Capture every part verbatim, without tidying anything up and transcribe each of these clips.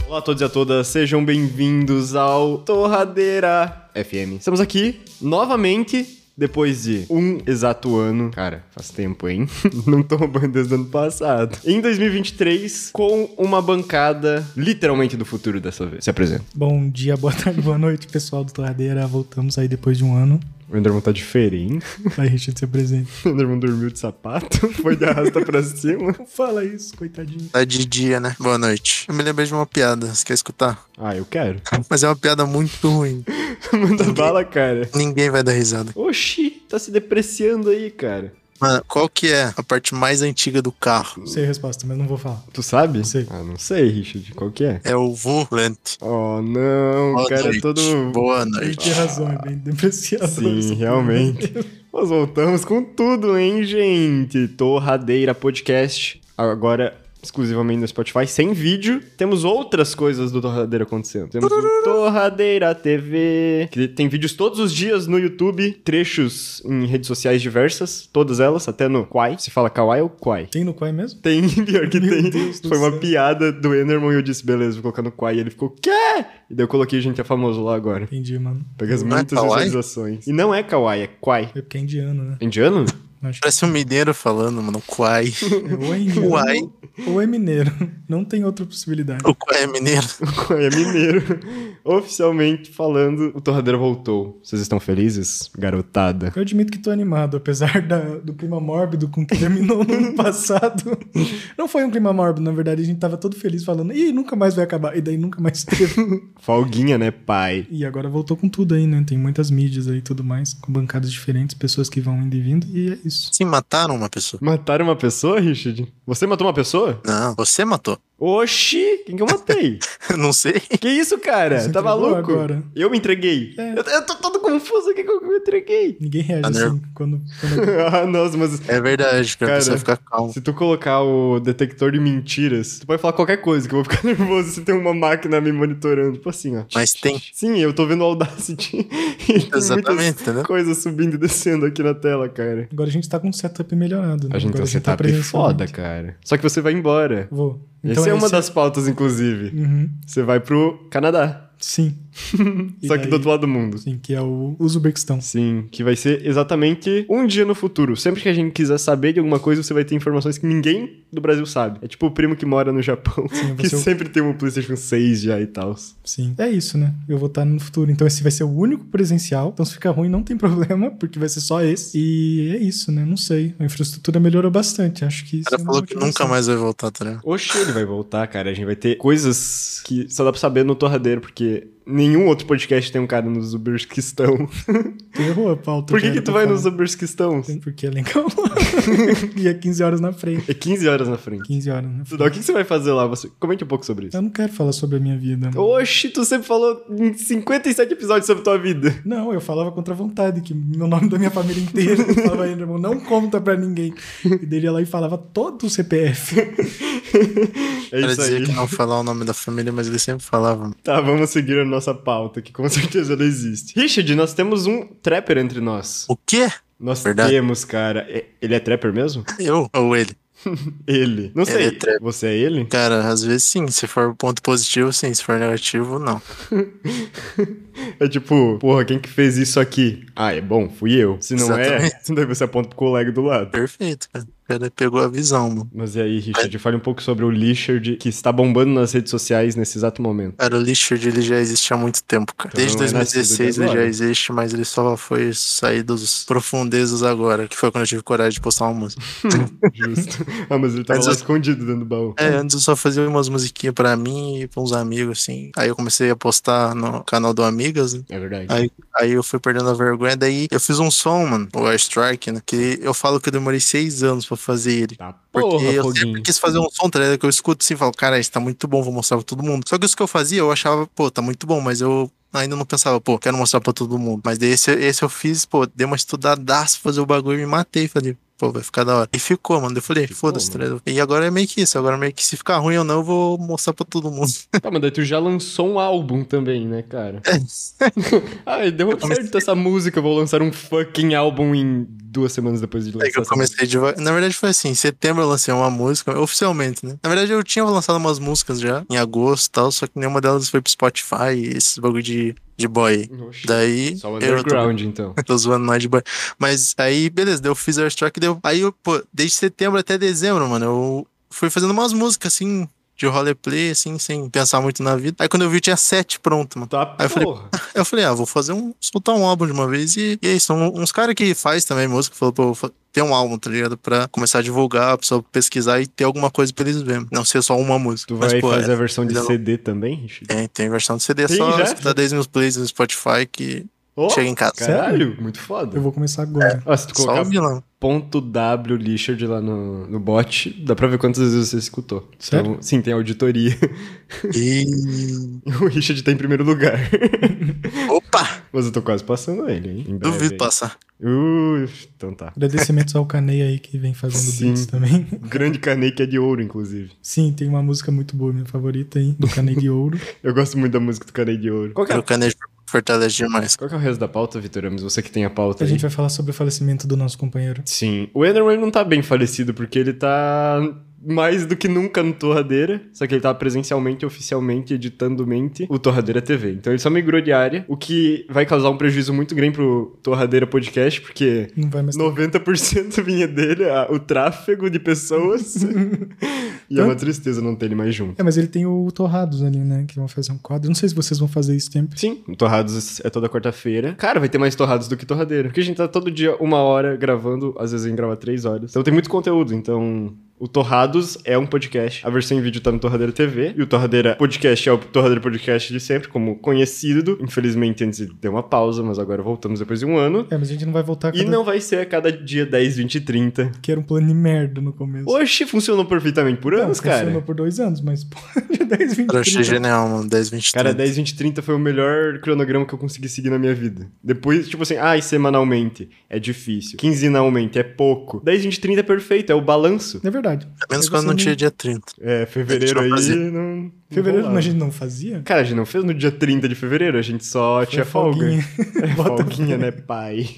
Olá a todos e a todas, sejam bem-vindos ao Torradeira F M. Estamos aqui novamente depois de um exato ano. Cara, faz tempo, hein? Não tô roubando desde o ano passado. Em dois mil e vinte e três, com uma bancada literalmente do futuro dessa vez. Se apresenta. Bom dia, boa tarde, boa noite, pessoal do Torradeira. Voltamos aí depois de um ano. O Enderman tá diferente. Aí, Richard, se apresenta. O Enderman dormiu de sapato, foi de arrasta pra cima. Não fala isso, coitadinho. Tá de dia, né? Boa noite. Eu me lembrei de uma piada, você quer escutar? Ah, eu quero. Mas é uma piada muito ruim. Manda Ninguém- bala, cara. Ninguém vai dar risada. Oxi, tá se depreciando aí, cara. Mano, qual que é a parte mais antiga do carro? Sei a resposta, mas não vou falar. Tu sabe? Sei. Ah, não sei, Richard. Qual que é? É o volante. Oh, não, Boa o cara noite. é todo... Boa Ele noite. tem razão, é bem depreciador. Sim, essa realmente. Nós voltamos com tudo, hein, gente? Torradeira Podcast. Agora, exclusivamente no Spotify, sem vídeo. Temos outras coisas do Torradeira acontecendo. Temos o Torradeira T V, que tem vídeos todos os dias no YouTube, trechos em redes sociais diversas, todas elas, até no Quai. Se fala Kawaii ou Quai? Tem no Quai mesmo? Tem, pior que Meu tem. Deus do Foi uma céu. piada do Enderman e eu disse, beleza, vou colocar no Quai. E ele ficou, quê? E daí eu coloquei, gente, é famoso lá agora. Entendi, mano. Pega as Não é muitas Kawaii? visualizações. E não é Kawaii, é Quai. É porque é indiano, né? Indiano? Acho que Parece um mineiro falando, mano. Quai. é, ou é indiano Quai. ou é mineiro. Não tem outra possibilidade. O Quai é mineiro. Quai é mineiro. Oficialmente falando, o Torradeira voltou. Vocês estão felizes, garotada? Eu admito que tô animado, apesar da- do clima mórbido com que terminou no ano passado. Não foi um clima mórbido, na verdade, a gente tava todo feliz falando, ih, nunca mais vai acabar. E daí nunca mais teve. Folguinha, né, pai? E agora voltou com tudo aí, né? Tem muitas mídias aí e tudo mais, com bancadas diferentes, pessoas que vão indo e vindo, e é isso. Sim, mataram uma pessoa. Mataram uma pessoa, Richard? Você matou uma pessoa? Não, você matou. Oxi! Quem que eu matei? Não sei. Que isso, cara? Você Tá entregou maluco? agora. Eu me entreguei. É. Eu, eu tô todo confuso aqui como eu me entreguei. Ninguém reage Tá assim nervo- quando... quando... Ah, nossa, mas... É verdade, pra Cara, pessoa ficar calma. Se tu colocar o detector de mentiras, tu pode falar qualquer coisa, que eu vou ficar nervoso se tem uma máquina me monitorando. Tipo assim, ó. Mas tem. Sim, eu tô vendo o Audacity e tem Exatamente, muitas entendeu? coisas subindo e descendo aqui na tela, cara. Agora a gente tá com um setup melhorado, né? A gente agora tem um setup presencialmente. foda, cara. Só que você vai embora. Vou. Essa é uma esse- das pautas, inclusive. Uhum. Você vai pro Canadá. Sim. E Só que daí- do outro lado do mundo. Sim, que é o Uzbequistão. Sim, que vai ser exatamente um dia no futuro. Sempre que a gente quiser saber de alguma coisa, você vai ter informações que ninguém do Brasil sabe. É tipo o primo que mora no Japão, Sim, que você é o- sempre tem um PlayStation seis já e tal. Sim. É isso, né? Eu vou estar no futuro. Então esse vai ser o único presencial. Então se ficar ruim, não tem problema, porque vai ser só esse. E é isso, né? Não sei. A infraestrutura melhorou bastante. Acho que O isso cara é uma falou que nunca motivação. mais vai voltar, tá ligado? Oxe, ele vai voltar, cara. A gente vai ter coisas que só dá pra saber no Torradeiro, porque nenhum outro podcast tem um cara nos Uzbequistão. Tu errou a pauta. Por que já que era tu pra vai falar. nos Uzbequistão? Porque é legal. E é quinze horas na frente. É quinze horas na frente. quinze horas na Tudão, o frente. que que você vai fazer lá? Você... Comente um pouco sobre isso. Eu não quero falar sobre a minha vida. Oxi, tu sempre falou em cinquenta e sete episódios sobre tua vida. Não, eu falava contra a vontade, que meu nome da minha família inteira. Eu falava, irmão, não conta pra ninguém. E dele ia lá e falava todo o C P F. É Para isso dizer aí. que não falar o nome da família, mas ele sempre falava. Tá, vamos seguir a nossa pauta, que com certeza ela existe. Richard, nós temos um trapper entre nós. O quê? Nós Verdade. temos, cara. É- Ele é trapper mesmo? Eu ou ele? Ele. Não Ele sei. é trapper. Você é ele? Cara, às vezes sim. Se for ponto positivo, sim. Se for negativo, não. É tipo, porra, quem que fez isso aqui? Ah, é bom, fui eu. Se não Exatamente. é, daí você aponta pro colega do lado. Perfeito, cara. O cara pegou a visão, mano. Mas e aí, Richard, fale um pouco sobre o Richard, que está bombando nas redes sociais nesse exato momento. Cara, o Richard, ele já existe há muito tempo, cara. Então Desde não é dois mil e dezesseis nascido de ele já agora. existe, mas ele só foi sair dos profundezas agora, que foi quando eu tive coragem de postar uma música. Justo. Ah, mas ele tava Mas lá eu- escondido dentro do baú. É, antes eu só fazia umas musiquinhas pra mim e pra uns amigos, assim. Aí eu comecei a postar no canal do Amigas, né? É verdade. Aí, aí eu fui perdendo a vergonha, daí eu fiz um som, mano, o Airstrike, né? Que eu falo que eu demorei seis anos pra fazer ele. Tá Porque porra, eu Foguinho. sempre quis fazer um som, tá ligado? Que eu escuto assim e falo, cara, isso tá muito bom, vou mostrar pra todo mundo. Só que isso que eu fazia, eu achava, pô, tá muito bom, mas eu ainda não pensava, pô, quero mostrar pra todo mundo. Mas daí esse, esse eu fiz, pô, dei uma estudadaço pra fazer o bagulho e me matei. Falei, pô, vai ficar da hora. E ficou, mano. Eu falei, foda-se, tá ligado? E agora é meio que isso. Agora meio que se ficar ruim ou não, eu vou mostrar pra todo mundo. Tá, mas daí tu já lançou um álbum também, né, cara? É. Ai, deu certo essa música, eu vou lançar um fucking álbum em duas semanas depois de lançar É que eu essa comecei de... Na verdade foi assim, em setembro eu lancei uma música, oficialmente, né? Na verdade eu tinha lançado umas músicas já, em agosto e tal, só que nenhuma delas foi pro Spotify, esses bagulho de, de boy. Oxi, Daí... só o eu underground, tô... então. tô zoando mais de boy. Mas aí, beleza, daí eu fiz a Airstruck, deu... Aí eu, pô, desde setembro até dezembro, mano, eu fui fazendo umas músicas, assim... de roleplay, assim, sem pensar muito na vida. Aí quando eu vi, tinha sete pronto, mano. Tá, Aí eu falei, porra. eu falei, ah, vou fazer um, soltar um álbum de uma vez e, e é isso. São uns caras que faz também música, falou, pô, vou ter um álbum, tá ligado? Pra começar a divulgar, a pessoa pesquisar e ter alguma coisa pra eles verem. Não ser só uma música. Tu Mas, vai pô, fazer é, a versão de não- C D também, Richard? Tem, tem versão de C D, Tem só já? escutar dez mil plays no Spotify que Oh, chega em casa. caralho, muito foda. Eu vou começar agora. Ó, se tu Só colocar ouvir lá. ponto W Richard lá no, no bot, dá pra ver quantas vezes você escutou. Sério? Então, sim, tem auditoria. E... O Richard tá em primeiro lugar. Opa! Mas eu tô quase passando ele, hein? Em breve, Duvido hein? passar. Uh, então tá. Agradecimentos ao Canei aí que vem fazendo Sim. beats também. Grande Canei que é de ouro, inclusive. Sim, tem uma música muito boa, minha favorita aí, do Canei de Ouro. Eu gosto muito da música do Canei de ouro. Qual que é, O canejo fortalece demais. qual que é o resto da pauta, Vitor Ramos? Você que tem a pauta A aí. gente vai falar sobre o falecimento do nosso companheiro. Sim. O Enderman não tá bem falecido, porque ele tá mais do que nunca no Torradeira. Só que ele tá presencialmente, oficialmente, editando-mente o Torradeira T V. Então ele só migrou de área, o que vai causar um prejuízo muito grande pro Torradeira Podcast, porque Não vai mais ter. noventa por cento vinha dele, a- o tráfego de pessoas. E é uma tristeza não ter ele mais junto. É, mas ele tem o Torrados ali, né? Que vão fazer um quadro. Não sei se vocês vão fazer isso sempre. Sim, o Torrados é toda quarta-feira. Cara, vai ter mais Torrados do que Torradeira. Porque a gente tá todo dia uma hora gravando, às vezes a gente grava três horas. Então tem muito conteúdo, então... O Torrados é um podcast. A versão em vídeo tá no Torradeira T V. E o Torradeira Podcast é o Torradeira Podcast de sempre, como conhecido. Infelizmente, antes deu uma pausa, mas agora voltamos depois de um ano. É, mas a gente não vai voltar E cada... não vai ser a cada dia dez, vinte e trinta. Que era um plano de merda no começo. Oxi, funcionou perfeitamente por Não, anos, cara. funcionou por dois anos, mas pô, de dez, vinte, Eu achei trinta. genial, mano. dez, vinte, Cara, trinta. dez, vinte, trinta foi o melhor cronograma que eu consegui seguir na minha vida. Depois, tipo assim, ai, semanalmente é difícil. Quinzenalmente é pouco. dez, vinte, trinta é perfeito, é o balanço. É verdade. Menos Aí quando você não tinha dia trinta. É, fevereiro A gente não aí fazia. não. não Fevereiro, rolava. mas a gente não fazia? Cara, a gente não fez no dia trinta de fevereiro, a gente só tinha folga. folguinha. É, Bota folguinha, né, pai?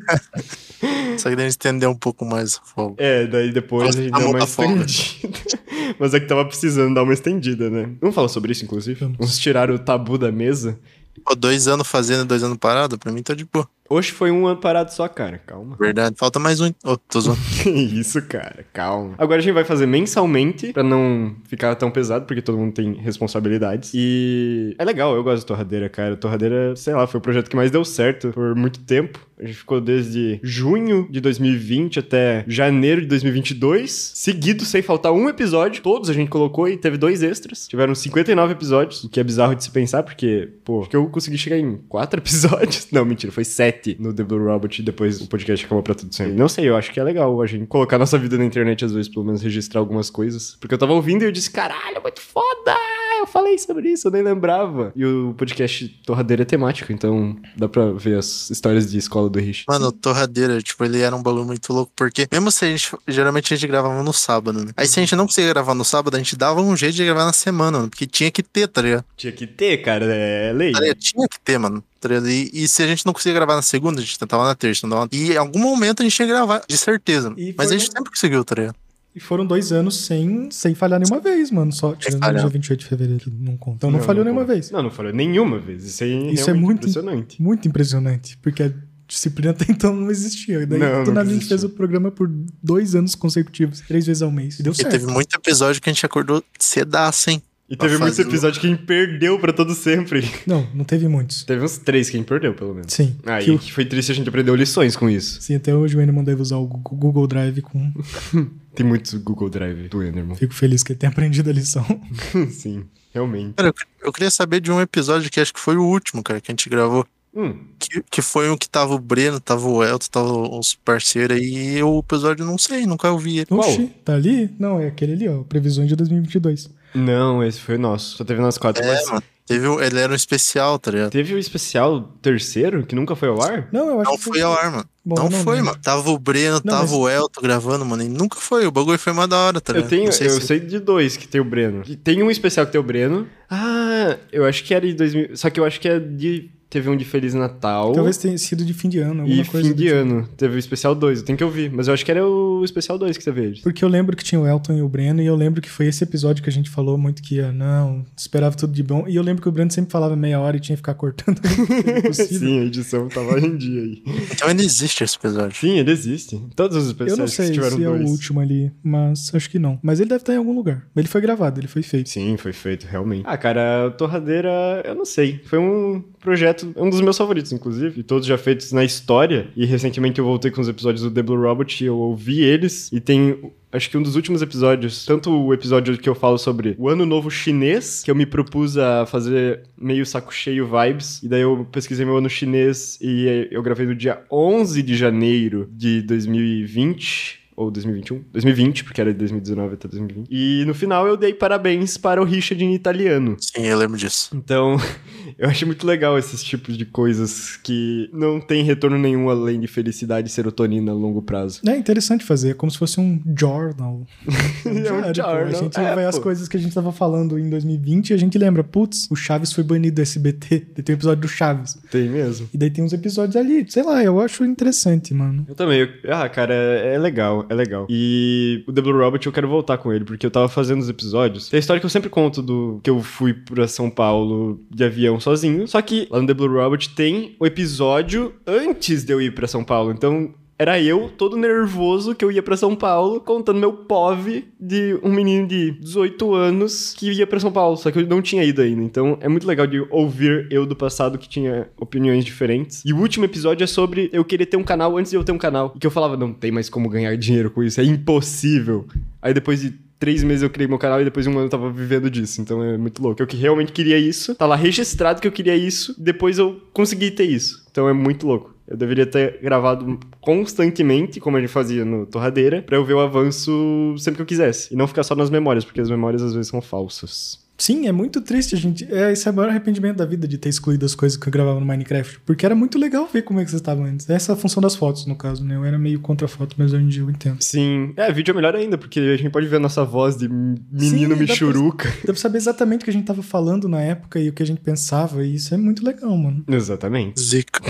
Só que daí a gente estendeu um pouco mais a folga. É, daí depois Nossa, a gente a deu mão uma da folga. estendida. Mas é que tava precisando dar uma estendida, né? Vamos falar sobre isso, inclusive? Vamos. Vamos tirar o tabu da mesa. Pô, dois anos fazendo e dois anos parado, pra mim tá de boa. Hoje foi um ano parado só, cara. Calma. Verdade. Falta mais um. Ô, tô zoando. Que isso, cara, calma. Agora a gente vai fazer mensalmente, pra não ficar tão pesado, porque todo mundo tem responsabilidades. E é legal, eu gosto do Torradeira, cara. O Torradeira, sei lá, foi o projeto que mais deu certo por muito tempo. A gente ficou desde junho de dois mil e vinte até janeiro de dois mil e vinte e dois, seguido, sem faltar um episódio. Todos a gente colocou e teve dois extras. Tiveram cinquenta e nove episódios, o que é bizarro de se pensar, porque, pô, acho que eu consegui chegar em quatro episódios. Não, mentira, foi sete no The Blue Robot e depois o podcast acabou pra tudo sempre. Não sei, eu acho que é legal a gente colocar nossa vida na internet, às vezes, pelo menos registrar algumas coisas. Porque eu tava ouvindo e eu disse, caralho, muito foda! Eu falei sobre isso, eu nem lembrava. E o podcast Torradeira é temático, então dá pra ver as histórias de escola do Rich. Mano, o Torradeira, tipo, ele era um bagulho muito louco, porque mesmo se a gente, geralmente a gente gravava no sábado, né? Aí se a gente não conseguia gravar no sábado, a gente dava um jeito de gravar na semana, mano, porque tinha que ter, tá ligado? Tinha que ter, cara, é lei. Tá ligado? Tinha que ter, mano. Tá ligado? E, e se a gente não conseguia gravar na segunda, a gente tentava na terça. Não dava... E em algum momento a gente ia gravar, de certeza. E Mas foi a gente um- sempre conseguiu, tá ligado? E foram dois anos sem, sem falhar nenhuma vez, mano. Só tirando o falhar. dia vinte e oito de fevereiro, que não conta. Então não, falhou nenhuma conta. vez. Não, não falhou nenhuma vez. Isso, aí Isso é realmente muito impressionante. Muito impressionante, porque a disciplina até então não existia. E daí Não, do não nada a gente existia. fez o programa por dois anos consecutivos, três vezes ao mês. E deu E certo. teve muito episódio que a gente acordou cedaço, hein? E teve Pra muito fazer- episódio que a gente perdeu pra todo sempre. Não, não teve muitos. Teve uns três que a gente perdeu, pelo menos. Sim. Aí que o- que foi triste, a gente aprendeu lições com isso. Sim, até hoje o Enemon deve usar o Gu- Google Drive com... Tem muitos Google Drive do Enderman. Fico feliz que ele tenha aprendido a lição. Sim, realmente. Cara, eu, eu queria saber de um episódio que acho que foi o último, cara, que a gente gravou. Hum, Que, que foi um que tava o Breno, tava o Elton, tava os parceiros aí. E o episódio, não sei, nunca ouvi ele. Qual? Oxi, tá ali? Não, é aquele ali, ó. Previsões de dois mil e vinte e dois. não, esse foi o nosso. Só teve nós quatro. É, mas mano. Teve um, ele era um especial, tá ligado? Teve o especial terceiro, que nunca foi ao ar? Não, eu acho Não que foi ao ar, mano. Bom, não, eu não foi, lembro. mano. Tava o Breno, Não, tava mas- o Elton gravando, mano. E nunca foi. O bagulho foi mais da hora, tá Eu ligado? tenho, Não sei eu se- sei de dois que tem o Breno. E tem um especial que tem o Breno. Ah, eu acho que era de dois mil. Só que eu acho que é de. Teve um de Feliz Natal. Talvez tenha sido de fim de ano, alguma E coisa fim do de tipo. ano. Teve o especial dois. Eu tenho que ouvir. Mas eu acho que era o especial dois que teve eles. Porque eu lembro que tinha o Elton e o Breno, e eu lembro que foi esse episódio que a gente falou muito que ia, não, esperava tudo de bom. E eu lembro que o Breno sempre falava meia hora e tinha que ficar cortando o que possível. Sim, a edição tava em dia aí. Então ainda existe esse episódio. Sim, ele existe. Todos os Eu especiais não que sei tiveram se é o dois. último ali, mas acho que não. Mas ele deve estar em algum lugar. Ele foi gravado, ele foi feito. Sim, foi feito, realmente. Ah, cara, o Torradeira, eu não sei. Foi um projeto, um dos meus favoritos, inclusive. E todos já feitos na história. E recentemente eu voltei com os episódios do The Blue Robot e eu ouvi eles. E tem, acho que um dos últimos episódios, tanto o episódio que eu falo sobre o Ano Novo Chinês, que eu me propus a fazer meio saco cheio vibes. E daí eu pesquisei meu ano chinês e eu gravei no dia onze de janeiro de dois mil e vinte. Ou dois mil e vinte e um? dois mil e vinte, porque era de dois mil e dezenove até dois mil e vinte. E no final eu dei parabéns para o Richard em italiano. Sim, eu lembro disso. Então, eu acho muito legal esses tipos de coisas que não tem retorno nenhum além de felicidade e serotonina a longo prazo. É interessante fazer, é como se fosse um journal. É um diário, pô. journal, A gente é, vai as pô. coisas que a gente tava falando em dois mil e vinte e a gente lembra, putz, o Chaves foi banido do S B T, daí tem um episódio do Chaves. Tem mesmo. E daí tem uns episódios ali, sei lá, eu acho interessante, mano. Eu também. Eu- ah, cara, é, é legal, é legal. E o The Blue Robot eu quero voltar com ele, porque eu tava fazendo os episódios. Tem a história que eu sempre conto do que eu fui pra São Paulo de avião sozinho. Só que lá no The Blue Robot tem o episódio antes de eu ir pra São Paulo. Então. Era eu, todo nervoso, que eu ia pra São Paulo, contando meu P O V de um menino de dezoito anos que ia pra São Paulo, só que eu não tinha ido ainda. Então é muito legal de ouvir eu do passado que tinha opiniões diferentes. E o último episódio é sobre eu querer ter um canal antes de eu ter um canal. E que eu falava, não tem mais como ganhar dinheiro com isso, é impossível. Aí depois de três meses eu criei meu canal e depois de um ano eu tava vivendo disso. Então é muito louco. Eu que realmente queria isso, tá lá registrado que eu queria isso, depois eu consegui ter isso. Então é muito louco. Eu deveria ter gravado constantemente, como a gente fazia no Torradeira, pra eu ver o avanço sempre que eu quisesse. E não ficar só nas memórias, porque as memórias às vezes são falsas. Sim, é muito triste a gente. É, esse é o maior arrependimento da vida de ter excluído as coisas que eu gravava no Minecraft. Porque era muito legal ver como é que vocês estavam antes. Essa é a função das fotos, no caso, né? Eu era meio contra a foto, mas hoje em dia eu entendo. Sim. É, vídeo é melhor ainda, porque a gente pode ver a nossa voz de menino Sim, dá pra- michuruca. Dá pra saber exatamente o que a gente tava falando na época e o que a gente pensava. E isso é muito legal, mano. Exatamente. Zica.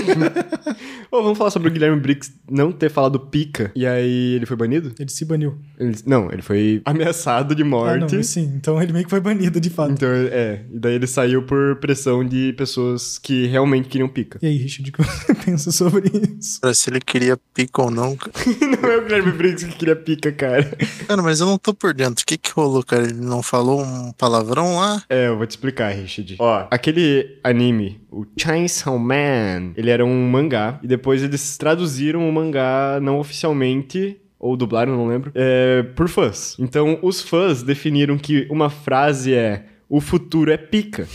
Ô, vamos falar sobre o Guilherme Briggs não ter falado pica, e aí ele foi banido? Ele se baniu. Ele- não, ele foi ameaçado de Ah, não, morte. mas sim. Então ele meio que foi banido, de fato. Então, é, e daí ele saiu por pressão de pessoas que realmente queriam pica. E aí, Richard, o que você pensa sobre isso? Pra se ele queria pica ou não, cara. Não é o Guilherme Briggs que queria pica, cara. Cara, mas eu não tô por dentro. O que que rolou, cara? Ele não falou um palavrão lá? É, eu vou te explicar, Richard. Ó, aquele anime, o Chainsaw Man, ele era um mangá, e depois eles traduziram o mangá não oficialmente, ou dublaram, não lembro, é, por fãs. Então, os fãs definiram que uma frase é: o futuro é pica.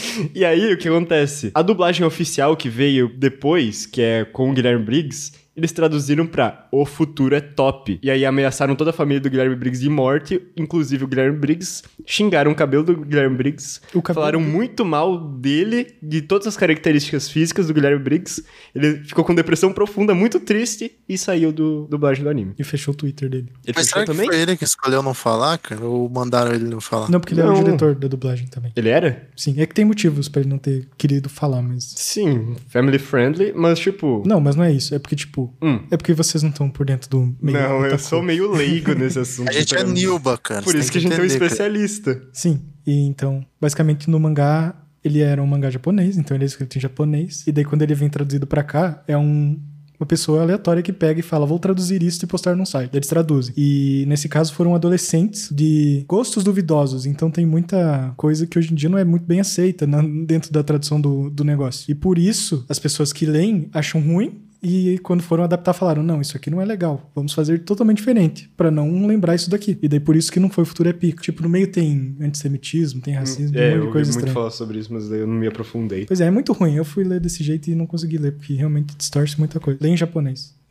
E aí, o que acontece? A dublagem oficial que veio depois, que é com o Guilherme Briggs, eles traduziram pra o futuro é top. E aí ameaçaram toda a família do Guilherme Briggs de morte, inclusive o Guilherme Briggs, xingaram o cabelo do Guilherme Briggs, O cabelo falaram dele. muito mal dele, de todas as características físicas do Guilherme Briggs. Ele ficou com depressão profunda, muito triste, e saiu do dublagem do anime. E fechou o Twitter dele. Ele Mas fechou será que também? foi ele que escolheu não falar, cara? Ou mandaram ele não falar? Não, porque ele era o Não. diretor da dublagem também. Ele era? Sim, é que tem motivos pra ele não ter querido falar, mas... Sim, family friendly, mas tipo... Não, mas não é isso. É porque, tipo... Hum. É porque vocês não estão por dentro do meio. Não, eu otaku. sou meio leigo nesse assunto. A gente é então- Nilba, cara. Por você isso que a tem gente é um entender, cara. especialista. Sim, e então, basicamente no mangá, ele era um mangá japonês, então ele é escrito em japonês. E daí quando ele vem traduzido pra cá, é um... uma pessoa aleatória que pega e fala, vou traduzir isso e postar num site. Eles traduzem. E nesse caso foram adolescentes de gostos duvidosos, então tem muita coisa que hoje em dia não é muito bem aceita na- dentro da tradução do, do negócio. E por isso, as pessoas que leem acham ruim, e quando foram adaptar falaram, não, isso aqui não é legal, vamos fazer totalmente diferente, pra não lembrar isso daqui. E daí por isso que não foi o futuro é pico. Tipo, no meio tem antissemitismo, tem racismo, É, tem um monte eu de ouvi coisa muito estranha. falar sobre isso, mas daí eu não me aprofundei. Pois é, é muito ruim. Eu fui ler desse jeito e não consegui ler, porque realmente distorce muita coisa. Lê em japonês.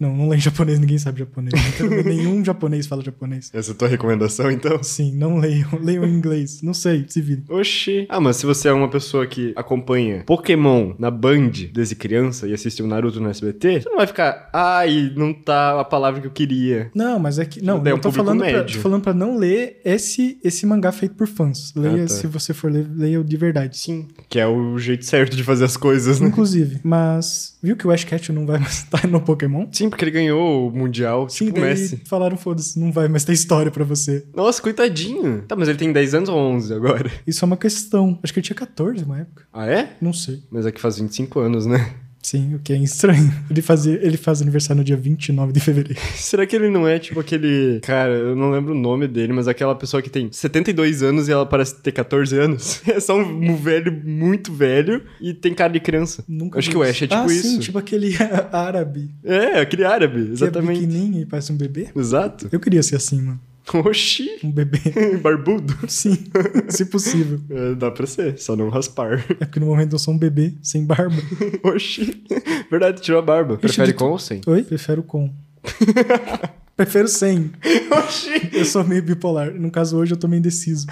Não, não leia em japonês, ninguém sabe japonês. Literalmente nenhum japonês fala japonês. Essa é a tua recomendação, então? Sim, não leiam. Leiam em inglês. Não sei, se virem. Oxi. Ah, mas se você é uma pessoa que acompanha Pokémon na Band desde criança e assistiu Naruto no S B T, você não vai ficar, ai, não tá a palavra que eu queria. Não, mas é que... Não, Daí é um eu tô público falando, pra, médio. tô falando pra não ler esse, esse mangá feito por fãs. Leia, Ah, tá. se você for ler, leia de verdade. Sim. Que é o jeito certo de fazer as coisas, né? Inclusive, mas... Viu que o Ash Ketchum não vai mais estar no Pokémon? Sim, porque ele ganhou o Mundial, Sim, tipo o daí Messi. falaram, foda-se, não vai mais ter história pra você. Nossa, coitadinho. Tá, mas ele tem dez anos ou onze agora? Isso é uma questão. Acho que ele tinha catorze na época. Ah, é? Não sei. Mas é que faz vinte e cinco anos, né? Sim, o que é estranho. Ele, fazia, ele faz aniversário no dia vinte e nove de fevereiro. Será que ele não é tipo aquele... Cara, eu não lembro o nome dele, mas aquela pessoa que tem setenta e dois anos e ela parece ter catorze anos? É só um velho, muito velho e tem cara de criança. Nunca Acho vi que o isso. Ash é tipo ah, isso. sim, tipo aquele árabe. É, aquele árabe, Que é exatamente. pequenininho e parece um bebê. Exato. Eu queria ser assim, mano. Oxi. Um bebê. Barbudo. Sim, se possível. É, dá pra ser, só não raspar. É porque no momento eu sou um bebê, sem barba. Oxi. Verdade, tirou a barba. Prefere de- com ou sem? Oi? Prefiro com. Prefiro sem. Oxi. Eu sou meio bipolar. No caso, hoje eu tô meio indeciso.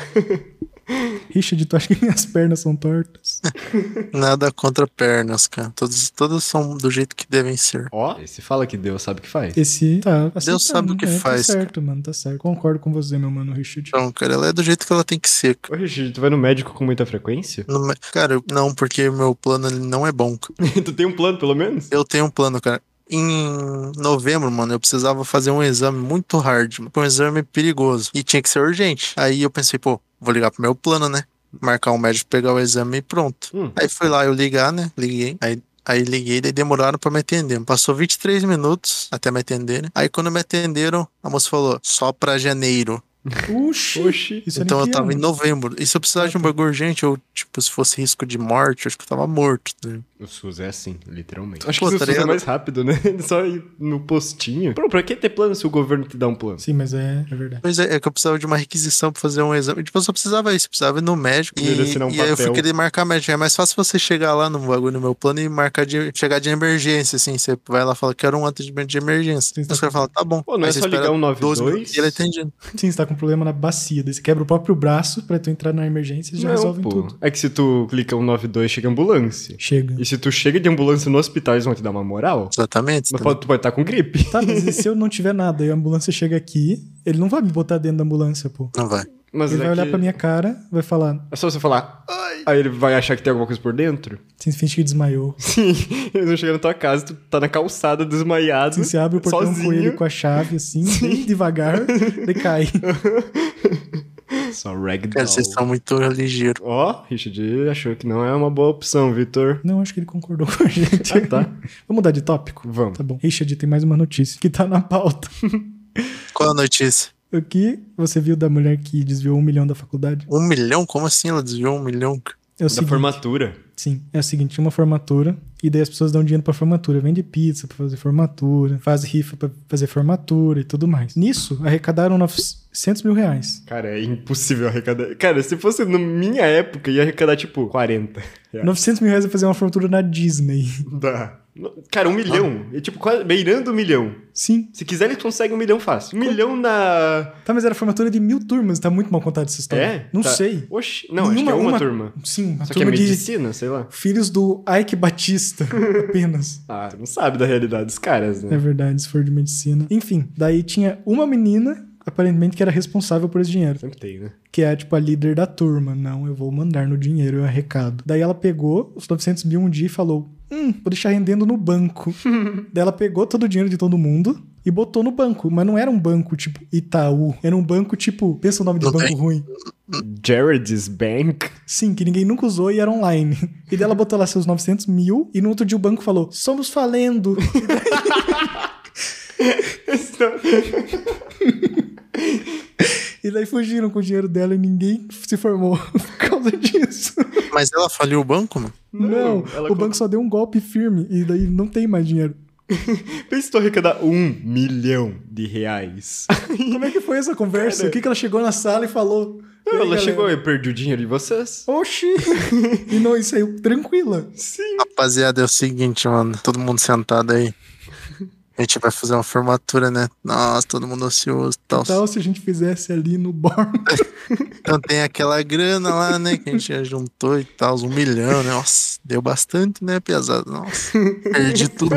Richard, tu acha que minhas pernas são tortas? Nada contra pernas, cara. Todos, todos são do jeito que devem ser. Ó, esse fala que Deus sabe o que faz. Esse tá aceitando, sabe o que né? faz, Tá certo, mano, tá certo. Concordo com você, meu mano Richard. Então, cara, ela é do jeito que ela tem que ser. cara. Ô, Richard, tu vai no médico com muita frequência? Não me- Cara, eu- não, porque meu plano ele não é bom. cara. Tu tem um plano, pelo menos? Eu tenho um plano, cara. Em novembro, mano, eu precisava fazer um exame muito hard, mano, um exame perigoso. E tinha que ser urgente. Aí eu pensei, pô, vou ligar pro meu plano, né? Marcar um médico, pegar o exame e pronto. Hum. Aí fui lá eu ligar, né? Liguei. Aí, aí liguei, daí demoraram pra me atender. Passou vinte e três minutos até me atenderem. Aí quando me atenderam, a moça falou, só pra janeiro. Oxi. Oxi. Isso é Então nem eu que tava em ano. novembro. E se eu precisasse de um bagulho urgente, eu, tipo, se fosse risco de morte, eu acho que eu tava morto. Né? O SUS é assim, literalmente. Acho Pô, que o tá SUS é ligado? mais rápido, né? Só ir no postinho. Pô, pra que ter plano se o governo te dá um plano? Sim, mas é, é verdade. Pois é, é que eu precisava de uma requisição pra fazer um exame. Tipo, eu só precisava isso, eu precisava ir no médico. Ele E, assinar um e aí eu fui papel. querer marcar médico. É mais fácil você chegar lá no bagulho no meu plano e marcar de chegar de emergência, assim. Você vai lá e fala, quero um atendimento de emergência. Sim, Aí tá os caras falam, tá bom. Pô, não Aí é você só espera ligar um nove doze dois? minutos E ele é atendido. Sim, você tá com problema na bacia. Daí você quebra o próprio braço pra tu entrar na emergência e já Não, resolvem pô. tudo. É que se tu clica um nove dois, chega ambulância. Chega. E se tu chega de ambulância no hospital, eles vão te dar uma moral? Exatamente. Mas tá pode, tu pode estar com gripe. Tá, mas e se eu não tiver nada e a ambulância chega aqui, ele não vai me botar dentro da ambulância, pô. Não vai. Mas Ele é vai olhar que- pra minha cara, vai falar, É só você falar, ai. Aí ele vai achar que tem alguma coisa por dentro? sem finge que desmaiou. Sim. Eles vão chegar na tua casa, tu tá na calçada, desmaiado. Assim, você abre o portão sozinho. com ele com a chave, assim, bem devagar, ele cai. Só ragdoll. Cara, vocês são muito ligeiros. Ó, Richard achou que não é uma boa opção, Vitor. Não, acho que ele concordou com a gente. Ah, tá. Vamos mudar de tópico? Vamos. Tá bom. Richard, tem mais uma notícia que tá na pauta. Qual a notícia? O que você viu da mulher que desviou um milhão da faculdade? Um milhão? Como assim ela desviou um milhão? É o Da seguinte, formatura. Sim, é o seguinte, tinha uma formatura e daí as pessoas dão dinheiro pra formatura, vende pizza pra fazer formatura, faz rifa pra fazer formatura e tudo mais. Nisso, arrecadaram novecentos mil reais. Cara, é impossível arrecadar. Cara, se fosse na minha época, ia arrecadar tipo quarenta reais. novecentos mil reais pra fazer uma formatura na Disney. Dá. Cara, um milhão. É tipo quase beirando um milhão. Sim. Se quiser, eles conseguem um milhão fácil. Um milhão na. Tá, mas era formatura de mil turmas, tá muito mal contada essa história. É? Não Tá. sei. Oxi. Não, acho que é uma, turma. Sim, uma Só que é turma de medicina, sei lá. filhos do Ike Batista, apenas. Ah, não sabe da realidade dos caras, É né? verdade, se for de medicina. Enfim, daí tinha uma menina, aparentemente, que era responsável por esse dinheiro. Sempre tem, né? Que é, tipo, a líder da turma. Não, eu vou mandar no dinheiro, eu arrecado. Daí ela pegou os novecentos mil um dia e falou, hum, vou deixar rendendo no banco. Daí ela pegou todo o dinheiro de todo mundo e botou no banco. Mas não era um banco, tipo, Itaú. Era um banco, tipo, pensa o nome de Não banco tem. ruim. Jared's Bank. Sim, que ninguém nunca usou e era online. E daí ela botou lá seus novecentos mil e no outro dia o banco falou, somos falendo. E daí fugiram com o dinheiro dela e ninguém se formou por causa disso. Mas ela faliu o banco, mano? Não, ela o banco só deu um golpe firme e daí não tem mais dinheiro. Pensa se tu arrecadar um milhão de reais. Como é que foi essa conversa? Cara. O que, que ela chegou na sala e falou? E aí, Ela galera? chegou, eu perdi o dinheiro de vocês. Oxi! E não, e saiu tranquila. Sim. Rapaziada, é o seguinte, mano. Todo mundo sentado aí. A gente vai fazer uma formatura, né? Nossa, todo mundo ocioso e tal. Que tal se a gente fizesse ali no Born? Então tem aquela grana lá, né? Que a gente já juntou e tal, um milhão, né? Nossa, deu bastante, né, pesado? Nossa, perdi tudo.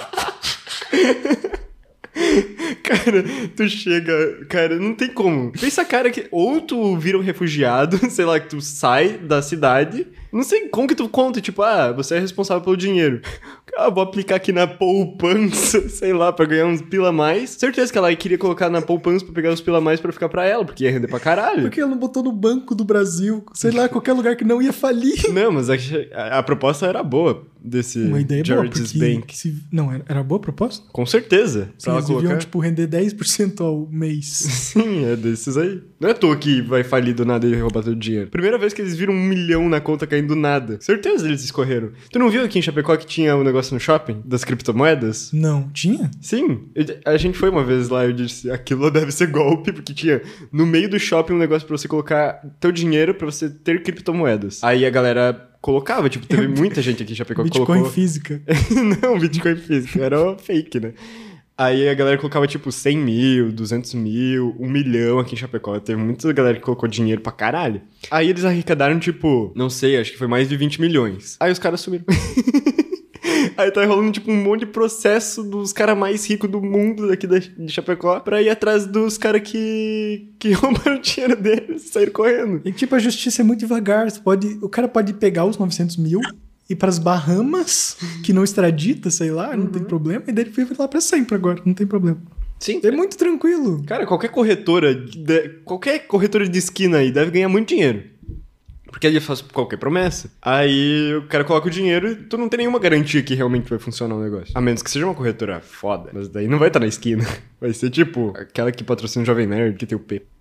Cara, tu chega... Cara, não tem como. Pensa, cara, que ou tu vira um refugiado, sei lá, que tu sai da cidade... Não sei como que tu conta, tipo, ah, você é responsável pelo dinheiro. Ah, vou aplicar aqui na poupança, sei lá, pra ganhar uns pila a mais. Certeza que ela queria colocar na poupança pra pegar uns pila a mais pra ficar pra ela, porque ia render pra caralho. Por que ela não botou no Banco do Brasil? Sei lá, qualquer lugar que não ia falir. Não, mas a, a, a proposta era boa desse Uma ideia boa, George's porque... Bank. Se, não, era, era boa a proposta? Com certeza. Sim, Pra ela eles deviam, colocar... tipo, render dez por cento ao mês. Sim, é desses aí. Não é à toa que vai falir do nada e roubar teu dinheiro. Primeira vez que eles viram um milhão na conta caindo do nada. Certeza eles escorreram. Tu não viu aqui em Chapecó que tinha um negócio no shopping? Das criptomoedas? Não, tinha? Sim. Eu- a gente foi uma vez lá e eu disse, aquilo deve ser golpe, porque tinha no meio do shopping um negócio pra você colocar teu dinheiro pra você ter criptomoedas. Aí a galera... colocava, tipo, teve muita gente aqui em Chapecó que Bitcoin colocou... física. Não, Bitcoin físico, era fake, né? Aí a galera colocava, tipo, cem mil, duzentos mil, um milhão aqui em Chapecó. Teve muita galera que colocou dinheiro pra caralho. Aí eles arrecadaram, tipo, não sei, acho que foi mais de vinte milhões. Aí os caras sumiram. Aí tá rolando, tipo, um monte de processo dos caras mais ricos do mundo daqui da- de Chapecó pra ir atrás dos caras que, que roubaram o dinheiro deles e saíram correndo. E, tipo, a justiça é muito devagar. Você pode, o cara pode pegar os novecentos mil... ir pras Bahamas, que não extradita, sei lá, não tem problema, e daí ele vive lá pra sempre agora, não tem problema. Sim. É muito tranquilo. Cara, qualquer corretora, de- qualquer corretora de esquina aí deve ganhar muito dinheiro. Porque ele faz qualquer promessa. Aí o cara coloca o dinheiro e tu não tem nenhuma garantia que realmente vai funcionar o negócio. A menos que seja uma corretora foda. Mas daí não vai estar na esquina. Vai ser tipo aquela que patrocina o Jovem Nerd, que tem o P.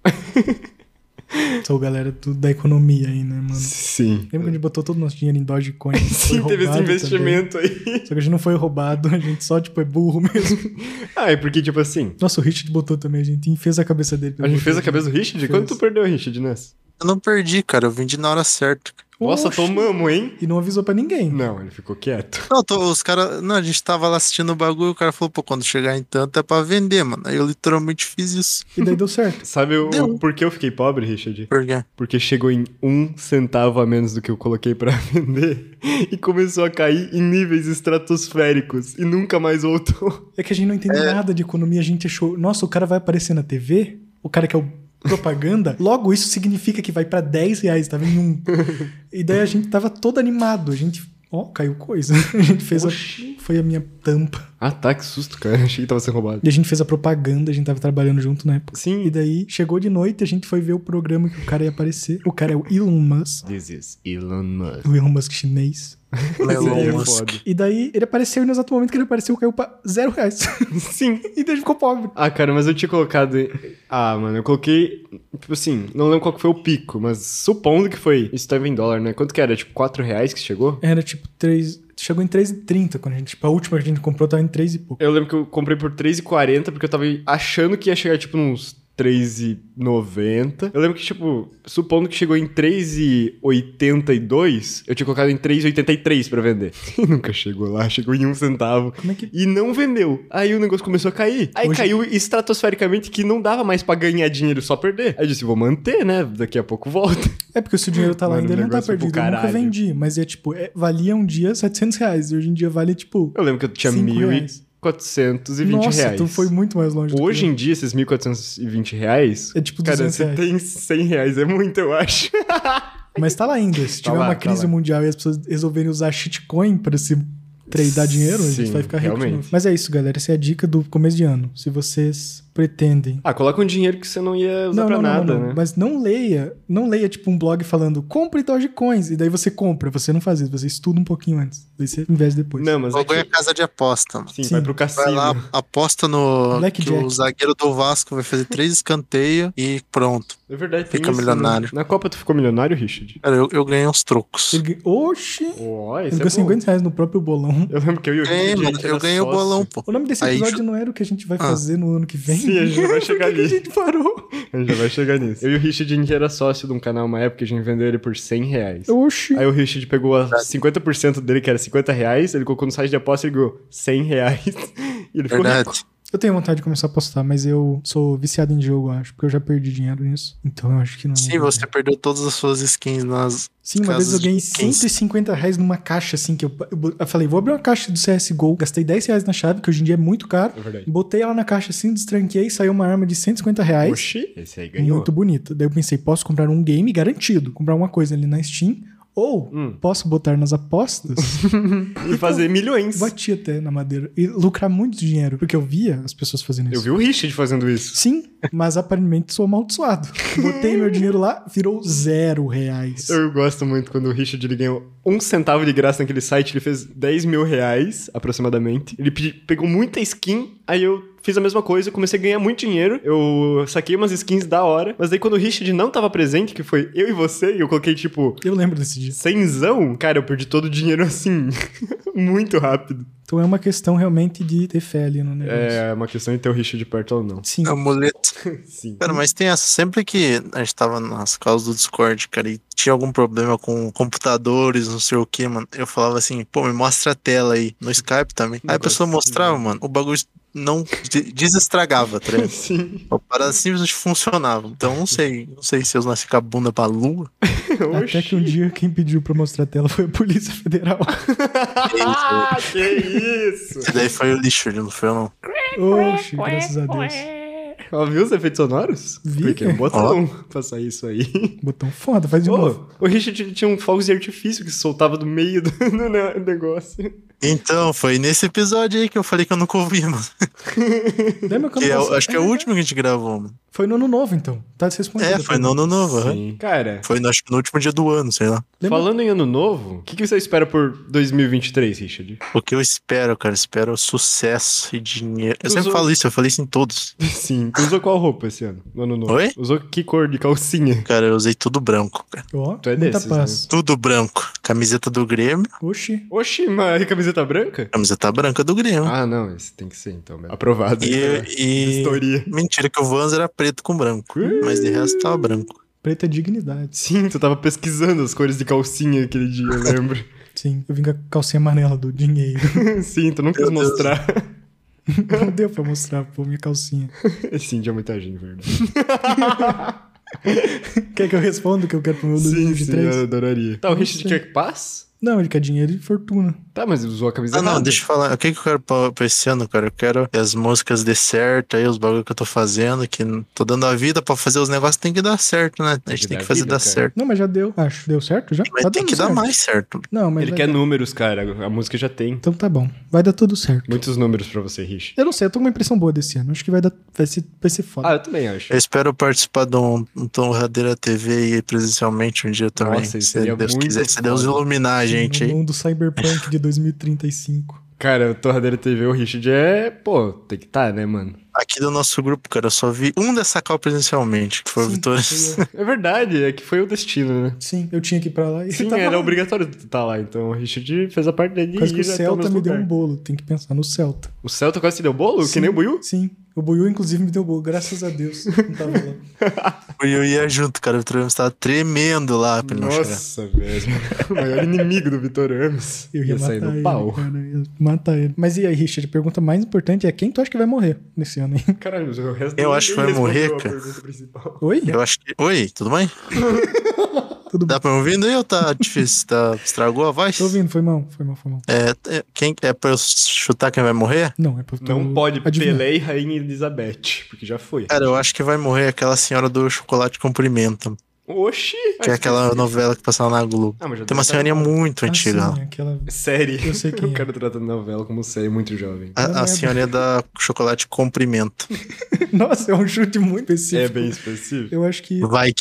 Sou galera do, da economia aí, né, mano? Sim. Lembra que a gente botou todo o nosso dinheiro em Dogecoin? Sim, Foi teve esse roubado investimento aí. também. Só que a gente não foi roubado, a gente só, tipo, é burro mesmo. Ah, é porque, tipo assim, Nossa, o Richard botou também, a gente fez a cabeça dele. a gente fez a cabeça do Richard? Fez. Quanto tu perdeu, Richard, nessa? Eu não perdi, cara. Eu vendi na hora certa. Nossa, Oxi. tomamos, hein? E não avisou pra ninguém. Não, ele ficou quieto. Não, tô- os caras. Não, a gente tava lá assistindo o bagulho e o cara falou, pô, quando chegar em tanto é pra vender, mano. Aí eu literalmente fiz isso. E daí deu certo. Sabe o, Deu. o porquê eu fiquei pobre, Richard? Por quê? Porque chegou em um centavo a menos do que eu coloquei pra vender e começou a cair em níveis estratosféricos e nunca mais voltou. É que a gente não entende nada de economia, a gente achou... Nossa, o cara vai aparecer na T V, o cara que é o propaganda, logo isso significa que vai pra dez reais, tava em um. E daí a gente tava todo animado, a gente... Ó, caiu coisa. A gente fez a... Foi a minha tampa. Ah tá, que susto, cara. Achei que tava sendo roubado. E a gente fez a propaganda, a gente tava trabalhando junto na época. Sim. E daí, chegou de noite, a gente foi ver o programa que o cara ia aparecer. O cara é o Elon Musk. This is Elon Musk. O Elon Musk chinês. Elon Seria Musk. foda. E daí, ele apareceu e no exato momento que ele apareceu, caiu pra zero reais. Sim. E daí ele ficou pobre. Ah, cara, mas eu tinha colocado... Ah, mano, eu coloquei... Tipo assim, não lembro qual que foi o pico, mas supondo que foi... Isso tava em dólar, né? Quanto que era? Tipo, quatro reais que chegou? Era tipo três... Chegou em três e trinta quando a gente... Tipo, a última que a gente comprou tava em três e pouco. Eu lembro que eu comprei por três e quarenta porque eu tava achando que ia chegar, tipo, nos três e noventa. Eu lembro que, tipo, supondo que chegou em três e oitenta e dois, eu tinha colocado em três e oitenta e três pra vender. E nunca chegou lá, chegou em um centavo. Como é que... E não vendeu. Aí o negócio começou a cair. Aí Hoje- caiu estratosfericamente que não dava mais pra ganhar dinheiro, só perder. Aí eu disse, vou manter, né? Daqui a pouco volta. É porque se o dinheiro tá lá Mano, ainda, o ele não tá negócio é pro perdido. Eu nunca caralho. vendi. Mas é tipo... é- valia um dia setecentos reais. E hoje em dia vale tipo... Eu lembro que eu tinha Cinco mil e reais. quatrocentos e vinte Nossa, reais. tu foi muito mais longe do que Hoje eu. em dia, esses mil quatrocentos e vinte reais... É tipo Cara, duzentos você reais. tem cem reais, é muito, eu acho. Mas tá lá ainda. Se Tá tiver lá, uma tá crise lá. mundial e as pessoas resolverem usar shitcoin pra se tradear dinheiro, a gente Sim, vai ficar rico de realmente. novo. Mas é isso, galera. Essa é a dica do começo de ano. Se vocês pretendem... Ah, coloca um dinheiro que você não ia usar pra nada, né? Mas não leia, não leia tipo um blog falando compre Dogecoins e daí você compra. Você não faz isso, você estuda um pouquinho antes. Daí você investe depois. Não, mas é Bagulho é que... casa de aposta, mano. Sim, Sim. vai pro cassino. Vai lá, aposta no Blackjack. que o zagueiro do Vasco vai fazer três escanteios e pronto. É verdade, tem Fica isso, milionário. né? Na Copa tu ficou milionário, Richard? Cara, eu, eu ganhei uns trocos. Ele ganha- Oxi! Ó, Ele esse é ganhou bom. cinquenta reais no próprio bolão. Eu lembro que eu e o Ganhei, Richard, a mano, gente eu era ganhei o sócio. bolão, pô. O nome desse Aí, episódio chu- não era o que a gente vai Ah. fazer no ano que vem? Sim, a gente vai chegar Por que que a ali. gente parou? A gente já vai chegar nisso. Eu e o Richard, a gente era sócio de um canal uma época, a gente vendeu ele por cem reais. Oxi. Aí o Richard pegou a cinquenta por cento dele, que era cinquenta reais, ele colocou no site de aposta e ganhou cem reais. E ele ficou Verdade. rico. Eu tenho vontade de começar a apostar, mas eu sou viciado em jogo, acho, porque eu já perdi dinheiro nisso. Então eu acho que não. Sim, você perdeu todas as suas skins nas Sim, uma casas vez eu ganhei de skins. cento e cinquenta reais numa caixa, assim, que eu, eu, eu falei, vou abrir uma caixa do C S G O, gastei dez reais na chave, que hoje em dia é muito caro. É verdade. Botei ela na caixa assim, destranquei, saiu uma arma de cento e cinquenta reais. Oxi, esse aí ganhou. Muito bonita. Daí eu pensei, posso comprar um game garantido, comprar uma coisa ali na Steam, ou Hum. posso botar nas apostas, E fazer milhões. bati até na madeira, e lucrar muito dinheiro, porque eu via as pessoas fazendo isso. Eu vi o Richard fazendo isso. Sim, mas aparentemente sou amaldiçoado. Botei meu dinheiro lá, virou zero reais. Eu gosto muito quando o Richard ele ganhou um centavo de graça naquele site, ele fez dez mil reais, aproximadamente. Ele pedi- pegou muita skin, aí eu fiz a mesma coisa, comecei a ganhar muito dinheiro, eu saquei umas skins da hora, mas daí quando o Richard não tava presente, que foi eu e você, e eu coloquei tipo Eu lembro desse dia. cenzão, cara, eu perdi todo o dinheiro assim, muito rápido. Então é uma questão realmente de ter fé ali no negócio. É uma questão de ter o Richard perto ou não. Sim. amuleto. Sim. Cara, mas tem essa, sempre que a gente tava nas causas do Discord, cara, e tinha algum problema com computadores, não sei o que, mano, eu falava assim, pô, me mostra a tela aí, no Skype também. Aí a pessoa mostrava, mano, o bagulho não de- desestragava, tá ligado? Sim. A parada simplesmente funcionava. Então não sei, não sei se eu nasci com a bunda pra lua. Até que um dia quem pediu pra mostrar a tela foi a Polícia Federal. Ah, que isso! Esse daí foi o lixo, não foi eu não. Oxi, graças a Deus. Ó, viu os efeitos sonoros? Vi. Porque é um botão pra sair isso aí. Botão foda, faz de Ô, novo. o Richard ele tinha um fogos de artifício que soltava do meio do, do ne- negócio. Então, foi nesse episódio aí que eu falei que eu nunca ouvi, mano. Lembra quando Que é o- você- acho que é o último que a gente gravou, mano. Foi no ano novo, então. Tá se respondendo. É, foi no ano novo, aham. Sim. Cara, Foi no, acho que no último dia do ano, sei lá. Lembra- falando em ano novo, o que, que você espera por dois mil e vinte e três, Richard? O que eu espero, cara, espero sucesso e dinheiro. Eu Tu sempre usou- falo isso, eu falei isso em todos. Sim. Tu usou qual roupa esse ano, no ano novo? Oi? Usou que cor de calcinha? Cara, eu usei tudo branco, cara. Ó, Tu é muita desses, paz. Tudo branco. Camiseta do Grêmio, Oxi. Oxi, mas camiseta branca? camiseta branca do Grêmio. Ah, não, esse tem que ser então, mesmo. Aprovado. E, e... História. Mentira que o Vans era preto com branco. Mas de resto tava branco. Preta é dignidade. Sim, tu tava pesquisando as cores de calcinha aquele dia, eu lembro. Sim, eu vim com a calcinha amarela do dinheiro. Sim, tu não quis Meu Deus. mostrar. Não deu pra mostrar, pô, minha calcinha. Sim, tinha muita gente, verdade. Quer que eu responda o que eu quero pro meu Sim, sim, dois mil e vinte e três? eu adoraria. Tá, o Não Richard sei. quer paz? Não, ele quer dinheiro e fortuna. Tá, mas usou a camisa Ah, não, errada. deixa eu falar. O que, que eu quero pra, pra esse ano, cara? Eu quero que as músicas dê certo aí, os bagulho que eu tô fazendo, que n- tô dando a vida pra fazer os negócios, tem que dar certo, né? A gente que tem dar que fazer vida, dar cara. certo. Não, mas já deu, acho. Deu certo já? Mas Tá tem dando que dar certo. mais certo. Não, mas Ele vai quer dar. números, cara. A música já tem. Então tá bom. Vai dar tudo certo. Muitos números pra você, Rich. Eu não sei, eu tô com uma impressão boa desse ano. Acho que vai dar. Vai ser, vai ser foda. Ah, eu também acho. Eu espero participar de um, um Torradeira T V aí presencialmente um dia também. Nossa, isso se seria Deus muito quiser, se Deus foda. iluminar a gente no aí. mundo cyberpunk de dois mil e trinta e cinco. Cara, o Torradeira T V, o Richard é... Pô, tem que tá, né, mano? Aqui do nosso grupo, cara, eu só vi um dessa cal presencialmente, que foi o Sim, Vitor. foi eu. É verdade, é que foi o destino, né? Sim, eu tinha que ir pra lá e Sim, você tava era lá. obrigatório tu estar lá. Então o Richard fez a parte dele Quase que e o já tá no Celta mesmo me deu lugar. um bolo. Tem que pensar no Celta. O Celta quase te deu bolo? Que Sim, nem o Buiu? Sim. O Buiu, inclusive, me deu bolo. Graças a Deus. Não tava lá. Eu ia junto, cara. O Vitor Ramos tava tremendo lá pra ele não chegar. Nossa, velho. O maior inimigo do Vitor Ramos. Eu ia, sair matar no ele, pau. cara. Eu ia matar ele. Mas e aí, Richard? A pergunta mais importante é quem tu acha que vai morrer nesse ano, hein? Caralho, o resto Eu ninguém acho que vai respondeu morrer, a cara. pergunta principal. Oi? Eu acho que. Oi, tudo bem? Tudo bem. Dá pra me ouvir aí ou tá difícil? Tá... Estragou a voz? Tô ouvindo, foi mal. Foi mal, foi mal. É, é, quem, é pra eu chutar quem vai morrer? Não, é pra tu Não pode adivinhar. Pelé e Rainha Elizabeth, porque já foi. Cara, eu acho que vai morrer aquela senhora do chocolate com pimenta, Oxi! que é aquela novela que passava na Globo. Ah, mas já Tem uma deve senhorinha tá- muito Ah, antiga. sim, aquela... Série. Eu sei quem O é. cara trata a novela como série, muito jovem. Ela A, não a é senhorinha da chocolate com pimenta. Nossa, é um chute muito específico. É bem específico. Eu acho que... Vai que.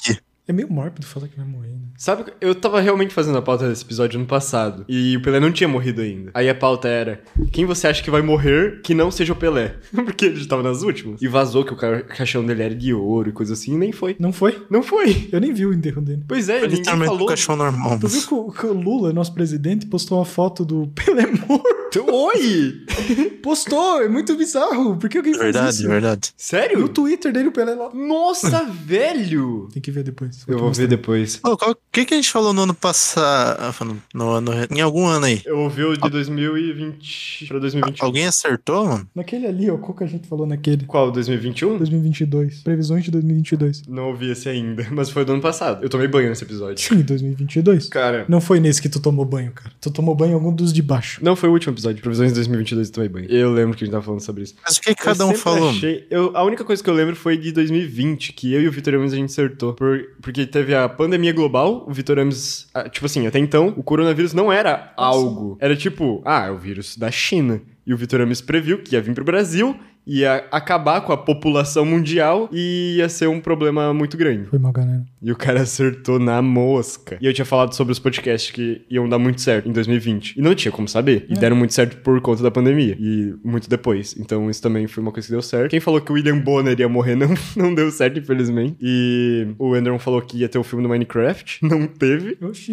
É meio mórbido falar que vai morrer, né? Sabe, eu tava realmente fazendo a pauta desse episódio ano passado. E o Pelé não tinha morrido ainda. Aí a pauta era: quem você acha que vai morrer que não seja o Pelé? Porque ele já tava nas últimas. E vazou que o ca- caixão dele era de ouro e coisa assim, e nem foi. Não foi? Não foi. Eu nem vi o enterro dele. Pois é, Ele ninguém também falou. com o cachorro normal. Tu viu que o, que o Lula, nosso presidente, postou uma foto do Pelé morto? Oi! Postou, é muito bizarro. Por que alguém faz Verdade, isso? verdade. Sério? No Twitter dele, o Pelé lá. Nossa, velho! Tem que ver depois. Eu te vou mostrar. ver depois. Ô, qual- O que, que a gente falou no ano passado? No ano, em algum ano aí? Eu ouvi o de dois mil e vinte pra dois mil e vinte e um. Alguém acertou, mano? Naquele ali, ó, qual que a gente falou naquele? Qual, dois mil e vinte e um? dois mil e vinte e dois. Previsões de dois mil e vinte e dois. Não ouvi esse ainda, mas foi do ano passado. Eu tomei banho nesse episódio. Sim, dois mil e vinte e dois. Cara, Não foi nesse que tu tomou banho, cara. Tu tomou banho em algum dos de baixo. não foi o último episódio. Previsões de dois mil e vinte e dois eu tomei banho. Eu lembro que a gente tava falando sobre isso. Mas o que, que cada Eu um sempre falou? achei- eu- a única coisa que eu lembro foi de dois mil e vinte, que eu e o Vitor Ames a gente acertou. Por- porque teve a pandemia global, o Vitor Ames... ah, Tipo assim, até então, o coronavírus não era algo. Era tipo, ah, é o vírus da China. E o Vitor Ames previu que ia vir pro Brasil, ia acabar com a população mundial e ia ser um problema muito grande. Foi mal, galera. E o cara acertou na mosca. E eu tinha falado sobre os podcasts que iam dar muito certo em dois mil e vinte. E não tinha como saber. E É. deram muito certo por conta da pandemia. E muito depois. Então isso também foi uma coisa que deu certo. Quem falou que o William Bonner ia morrer não, não deu certo, infelizmente. E o Anderson falou que ia ter o filme do Minecraft. Não teve. Oxi.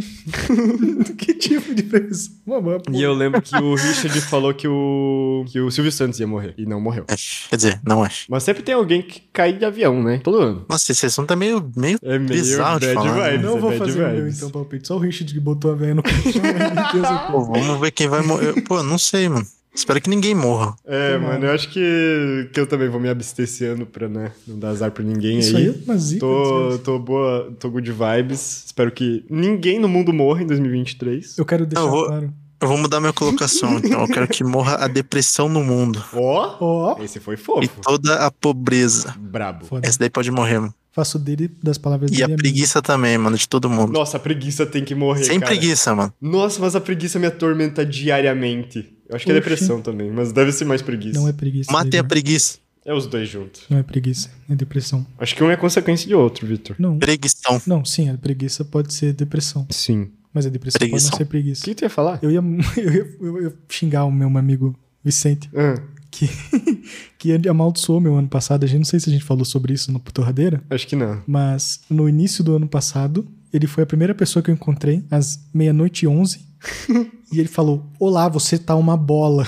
Que tipo de previsão? Uma boa E eu lembro que o Richard falou que o, que o Silvio Santos ia morrer. E não morreu. Acho. Quer dizer, não acho. Mas sempre tem alguém que cai de avião, né? Todo ano. Nossa, esse assunto é meio, meio É meio bizarro de bad falar. né? vibes. Não é vou bad fazer o meu, vibes. então, palpite. Só o Richard que botou a velha no caixão. certeza. Pô, vamos ver quem vai morrer. Pô, não sei, mano. Espero que ninguém morra. É, Tomara. mano, eu acho que, que eu também vou me abster esse ano pra, né, não dar azar pra ninguém Isso aí. aí é uma zica. Tô, tô boa, tô good vibes. Espero que ninguém no mundo morra em dois mil e vinte e três. Eu quero deixar Eu vou- claro. Eu vou mudar minha colocação, então. Eu quero que morra a depressão no mundo. Ó, Ó, esse foi E fofo. toda a pobreza. Brabo. foda. Essa daí pode morrer, mano. Faço dele das palavras E dele. a minha. preguiça também, mano, de todo mundo. Nossa, a preguiça tem que morrer, Sem cara. preguiça, mano. Nossa, mas a preguiça me atormenta diariamente. Eu acho que é Oxi. depressão também, mas deve ser mais preguiça. Não é preguiça. Matem a Igor. preguiça. É os dois juntos. Não é preguiça, é depressão. Acho que um é consequência de outro, Vitor. Não, Preguição. não, sim, a preguiça pode ser depressão. Sim. Mas a depressão pode Preguição. não ser O preguiça. que tu ia falar? Eu ia, eu, ia, eu ia xingar o meu amigo Vicente, Ah, que, que ele amaldiçoou meu ano passado. A gente não sei se a gente falou sobre isso no Torradeira, acho que não. mas no início do ano passado, ele foi a primeira pessoa que eu encontrei às meia-noite e onze. E ele falou: Olá, você tá uma bola.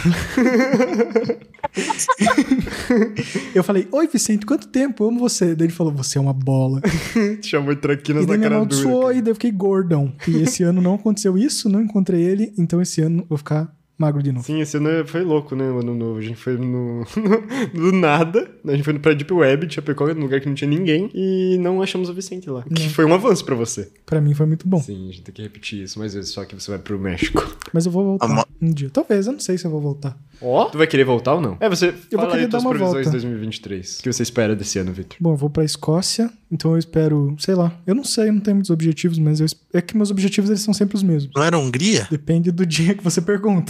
Eu falei: Oi, Vicente, quanto tempo? Eu amo você. Daí ele falou: Você é uma bola. Te chamou de traquinas E na daí me cara amaldiçoou dura. e daí eu fiquei gordão. E esse ano não aconteceu isso, não encontrei ele, então esse ano eu vou ficar magro de novo. Sim, esse ano foi louco, né? O ano novo. A gente foi no. do nada. A gente foi pra Deep Web, Chapecó, num lugar que não tinha ninguém. E não achamos o Vicente lá. Que Não. foi um avanço pra você. Pra mim foi muito bom. Sim, a gente tem que repetir isso mais vezes, só que você vai pro México. Mas eu vou voltar Ama- um dia. Talvez, eu não sei se eu vou voltar. Ó. Tu vai querer voltar ou não? É, você. Eu vou fala querer aí dar tuas uma previsões volta. de dois mil e vinte e três. O que você espera desse ano, Vitor? Bom, eu vou pra Escócia, então eu espero, sei lá. Eu não sei, eu não tenho muitos objetivos, mas eu, es- é que meus objetivos eles são sempre os mesmos. Não era Hungria? Depende do dia que você pergunta.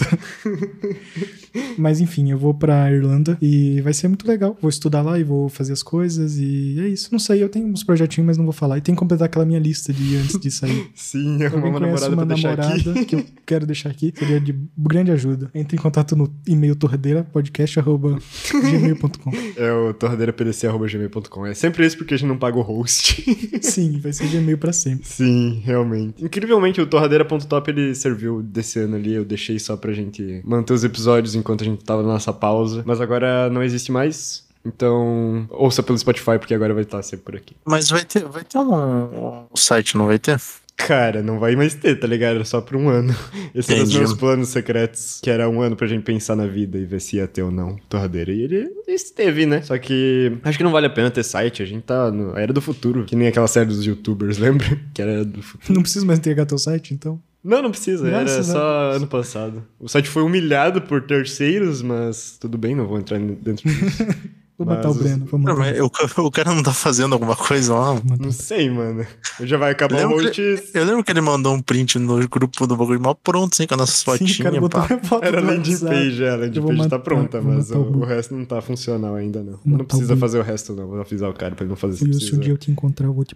Mas enfim, eu vou pra Irlanda e vai ser muito legal. Vou estudar lá e vou fazer as coisas e é isso. Não sei, eu tenho uns projetinhos, mas não vou falar. E tem que completar aquela minha lista de antes de sair. Sim, Alguém arrumar uma conhece namorada uma pra deixar namorada aqui. que eu quero deixar aqui, seria de grande ajuda. Entre em contato no e-mail torradeira podcast arroba gmail ponto com. É o torradeira p d c arroba gmail ponto com. É sempre esse porque a gente não paga o host. Sim, vai ser Gmail pra sempre. Sim, realmente. Incrivelmente, o torradeira.top ele serviu desse ano ali. Eu deixei só pra gente manter os episódios enquanto a gente tava na nossa pausa. Mas agora não existe mais. Então, ouça pelo Spotify, porque agora vai estar sempre por aqui. Mas vai ter, vai ter um, um site, não vai ter? Cara, não vai mais ter, tá ligado? Era só por um ano. Esse era os Entendi. meus planos secretos, que era um ano pra gente pensar na vida e ver se ia ter ou não torradeira. E ele esteve, né? Só que acho que não vale a pena ter site. A gente tá na era do futuro, que nem aquela série dos youtubers, lembra? Que era do futuro. Não preciso mais entregar teu site, então? Não, não precisa, era Graças a só Deus. ano passado. O site foi humilhado por terceiros, mas tudo bem, não vou entrar dentro disso. Vou Mas matar o os- Breno. Vou Não, matar. mas o, o cara não tá fazendo alguma coisa lá? Vou matar. Não sei, mano. Já vai acabar o Lembra host. Eu lembro que ele mandou um print no grupo do bagulho mal pronto, assim, com as nossas Sim, o fotinhas, cara botou pá. minha foto Era do landing WhatsApp. page, é, a landing Eu vou page tá matar- pronta, vou mas matar o, o Bruno. o resto não tá funcional ainda, não. Vou Não matar o precisa Bruno. fazer o resto, não. Vou avisar o cara pra ele não fazer isso. E se um dia eu te encontrar, eu vou te matar.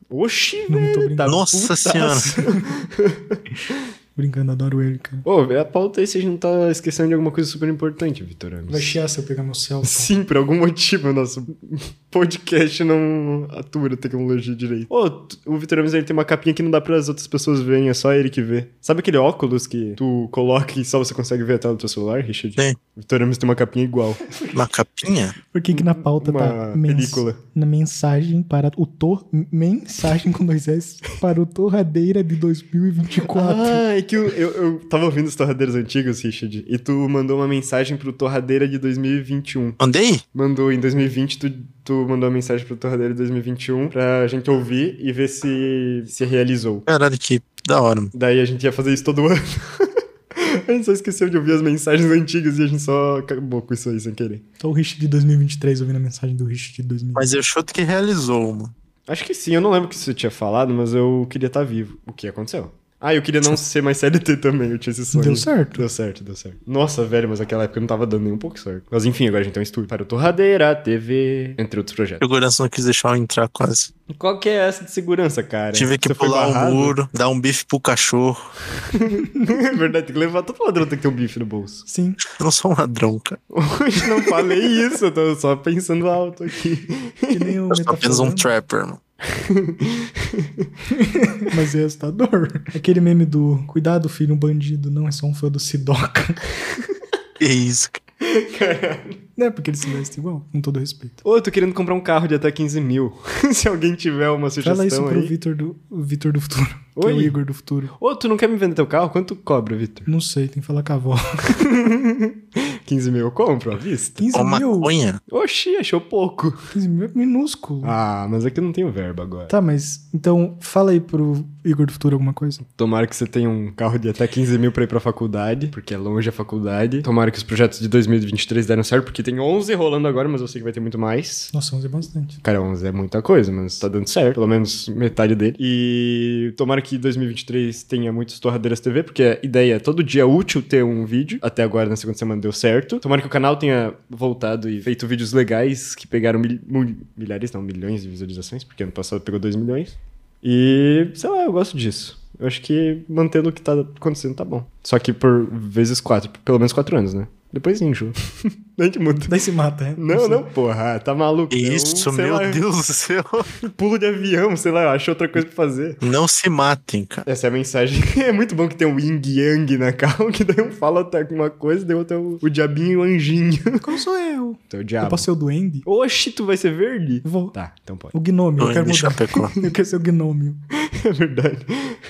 Oxi, Não tô velho. brincando. Tá Nossa putaço. Brincando, adoro ele, cara. Ô, a pauta aí, você não tá esquecendo de alguma coisa super importante, Vitor Ames. Vai chiar se eu pegar meu céu. Tá? Sim, por algum motivo, o nosso podcast não atua a tecnologia direito. Ô, t- o Vitor Ames, ele tem uma capinha que não dá pras outras pessoas verem, é só ele que vê. Sabe aquele óculos que tu coloca e só você consegue ver a tela do teu celular, Richard? Tem. O Vitor Ames tem uma capinha igual. Uma capinha? Por que que na pauta Uma tá mens- película. na mensagem para o tor... Mensagem com dois S para o Torradeira de dois mil e vinte e quatro. Ah, é que eu, eu, eu tava ouvindo os torradeiros antigos, Richard, e tu mandou uma mensagem pro Torradeira de dois mil e vinte e um. Andei? Mandou em dois mil e vinte, tu, tu mandou uma mensagem pro Torradeira de dois mil e vinte e um pra gente ouvir e ver se se realizou. Caralho, que da hora, mano. Daí a gente ia fazer isso todo ano. A gente só esqueceu de ouvir as mensagens antigas e a gente só acabou com isso aí sem querer. Tô o Rich de dois mil e vinte e três ouvindo a mensagem do Rich de dois mil. Mas eu chuto que realizou, mano. Acho que sim, eu não lembro o que você tinha falado, mas eu queria estar vivo. O que aconteceu? Ah, eu queria não ser mais C L T também, eu tinha esse sonho. Deu certo. Deu certo, deu certo. Nossa, velho, mas naquela época não tava dando nem um pouco certo. Mas enfim, agora a gente tem um estúdio para o Torradeira, T V, entre outros projetos. Segurança não quis deixar eu entrar quase. Qual que é essa de segurança, cara? Tive que Você foi pular o barrado? muro, dar um bife pro cachorro. É verdade, tem que levar. Todo ladrão tem que ter um bife no bolso. Sim. Eu não sou um ladrão, cara. Hoje não falei isso, eu tô só pensando alto aqui. Que nem o Eu sou apenas um Metaforando. trapper, mano. Mas é assustador. Aquele meme do cuidado, filho, um bandido, não é só um fã do Sidoca. Que isso, cara. Caralho. Não é porque ele se veste igual, com todo respeito. Ô, eu tô querendo comprar um carro de até quinze mil. Se alguém tiver uma sugestão Fala isso pro aí. Vitor do, o Vitor do futuro. Que Oi? é o Igor do futuro. Ô, tu não quer me vender teu carro? Quanto cobra, Vitor? Não sei, tem que falar com a avó. quinze mil eu compro à vista? quinze Ó, mil? maconha. Oxi, achou pouco. quinze mil é minúsculo. Ah, mas é que eu não tenho verba agora. Tá, mas então fala aí pro Igor do futuro alguma coisa. Tomara que você tenha um carro de até quinze mil pra ir pra faculdade, porque é longe a faculdade. Tomara que os projetos de dois mil e vinte e três deram certo, porque tem onze rolando agora, mas eu sei que vai ter muito mais. Nossa, onze é bastante. Cara, onze é muita coisa, mas tá dando certo, pelo menos metade dele. E tomara que dois mil e vinte e três tenha muitas Torradeiras T V, porque a ideia é todo dia útil ter um vídeo. Até agora, na segunda semana, deu certo. Tomara que o canal tenha voltado e feito vídeos legais que pegaram mil, mil, milhares, não, milhões de visualizações, porque ano passado pegou dois milhões. E, sei lá, eu gosto disso. Eu acho que mantendo o que tá acontecendo tá bom. Só que por vezes quatro, por pelo menos quatro anos, né? Depois enjoo. A gente muda. Daí se mata, é? Não, sei. não, porra, tá maluco. Que É um, isso, sei meu lá, Deus do céu. pulo de avião, sei lá, eu acho outra coisa pra fazer. Não se matem, cara. Essa é a mensagem. É muito bom que tem um yin yang na cal, que daí um fala até uma coisa, daí outro é o, o diabinho e o anjinho. Como sou eu? Então, o Eu diabo. posso ser o duende? Oxi, tu vai ser verde? Vou. Tá, então pode. O gnômio, eu Duende quero de mudar. Chapecó. Eu quero ser o gnômio. É verdade.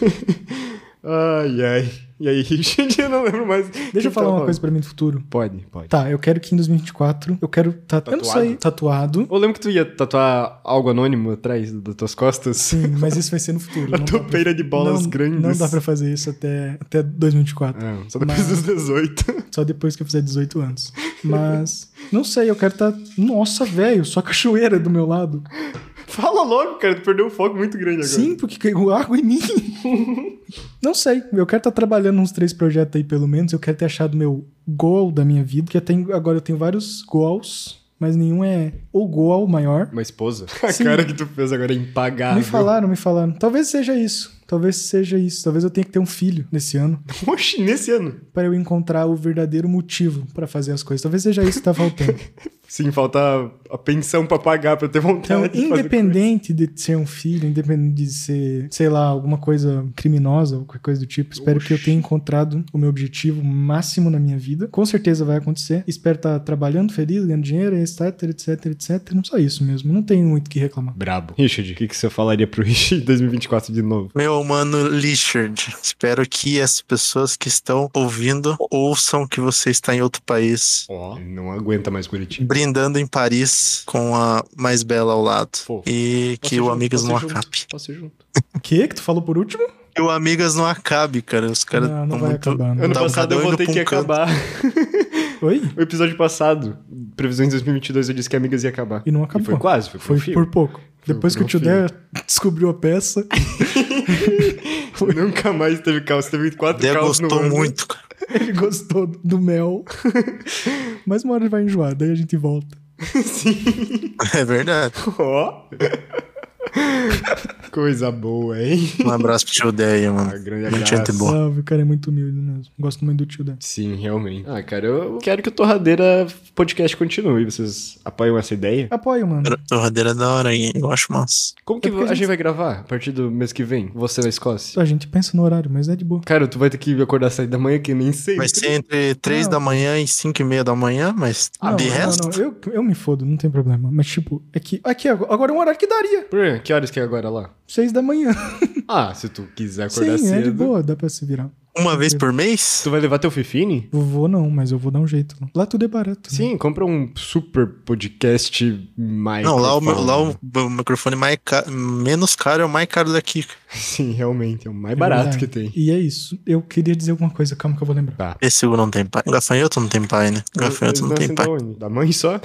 Ai, ai. E aí, Richard, eu não lembro mais. Deixa eu falar uma coisa pra mim do futuro. Pode, pode. Tá, eu quero que em dois mil e vinte e quatro eu quero tatuar. Eu não Tatuado? sei, tatuado. Eu lembro que tu ia tatuar algo anônimo atrás das tuas costas. Sim, mas isso vai ser no futuro. A não dá pra- topeira de bolas não, grandes. Não dá pra fazer isso até, até dois mil e vinte e quatro. Ah, só depois Mas- dos dezoito. Só depois que eu fizer dezoito anos. Mas, não sei, eu quero estar. Nossa, velho, só cachoeira do meu lado. Fala logo, cara, tu perdeu um foco muito grande agora. Sim, porque caiu água em mim. Não sei, eu quero estar trabalhando uns três projetos aí pelo menos. Eu quero ter achado meu goal da minha vida. Porque eu tenho, agora eu tenho vários goals, mas nenhum é o goal maior. Uma esposa? A Sim. cara que tu fez agora é impagável. Me falaram, me falaram. Talvez seja isso. Talvez seja isso. Talvez eu tenha que ter um filho nesse ano. Oxi, nesse ano. Para eu encontrar o verdadeiro motivo para fazer as coisas. Talvez seja isso que tá faltando. Sim, falta a pensão pra pagar, pra ter vontade Então, de fazer independente de ser um filho, independente de ser, sei lá, alguma coisa criminosa ou qualquer coisa do tipo, espero Oxi. que eu tenha encontrado o meu objetivo máximo na minha vida. Com certeza vai acontecer. Espero estar trabalhando feliz, ganhando dinheiro, etc, etc, etc. Não só isso mesmo. Não tenho muito o que reclamar. Brabo. Richard, o que, que você falaria pro Richard em dois mil e vinte e quatro de novo? Meu mano Richard, espero que as pessoas que estão ouvindo ouçam que você está em outro país, Ó, não aguenta mais Curitiba. brindando em Paris com a mais bela ao lado. Fofo. E que Posso ir o junto, Amigas posso não ir junto, acabe. Posso ir junto. O que que tu falou por último? Que o Amigas não acabe, cara. Os caras Não, não tão vai muito... acabar, não. Ano Tá um passado eu cada um vou ter indo que pra um canto. acabar. Oi? O episódio passado, previsões de dois mil e vinte e dois, eu disse que Amigas ia acabar. E não E acabou. foi quase, foi, Foi por um por fio. pouco. Foi Depois por que um o tio fio. Der descobriu a peça, Nunca mais teve caos, teve quatro Dé caos no gostou ano. muito, cara. ele gostou do mel. Mas uma hora ele vai enjoar, daí a gente volta. Sim. É verdade. Ó. Coisa boa, hein? Um abraço pro tio Deia, mano. Ah, grande Muito abraço. gente boa. Salve, o cara é muito humilde mesmo. Gosto muito do tio dele. Sim, realmente. Ah, cara, eu quero que o Torradeira podcast continue. Vocês apoiam essa ideia? Apoio, mano. Torradeira é da hora, hein? Eu acho massa. Como que É porque a a gente... gente- vai gravar a partir do mês que vem? Você na Escócia? A gente pensa no horário, mas é de boa. Cara, tu vai ter que acordar às sete da manhã, que nem sei. Vai ser entre três Não. da manhã e cinco e meia da manhã, mas não, de não, resto... não, eu, eu me fodo, não tem problema. Mas, tipo, é que. Aqui, agora agora é um horário que daria. Por quê? Que horas que é agora lá? Seis da manhã. Ah, se tu quiser acordar Sim, cedo... é de boa, dá pra se virar. Uma vez por mês? Tu vai levar teu Fifine? Vou não, mas eu vou dar um jeito. Lá tudo é barato. né? Sim, compra um super podcast mais. Não, lá, o, meu- lá o, o microfone mais ca- menos caro é o mais caro daqui. Sim, realmente, é o mais É barato verdade. que tem. E é isso. Eu queria dizer alguma coisa, calma que eu vou lembrar. Tá. Pêssego não tem pai. Gafanhoto não tem pai, né? Gafanhoto não tem Nascem pai. da onde? Da mãe só?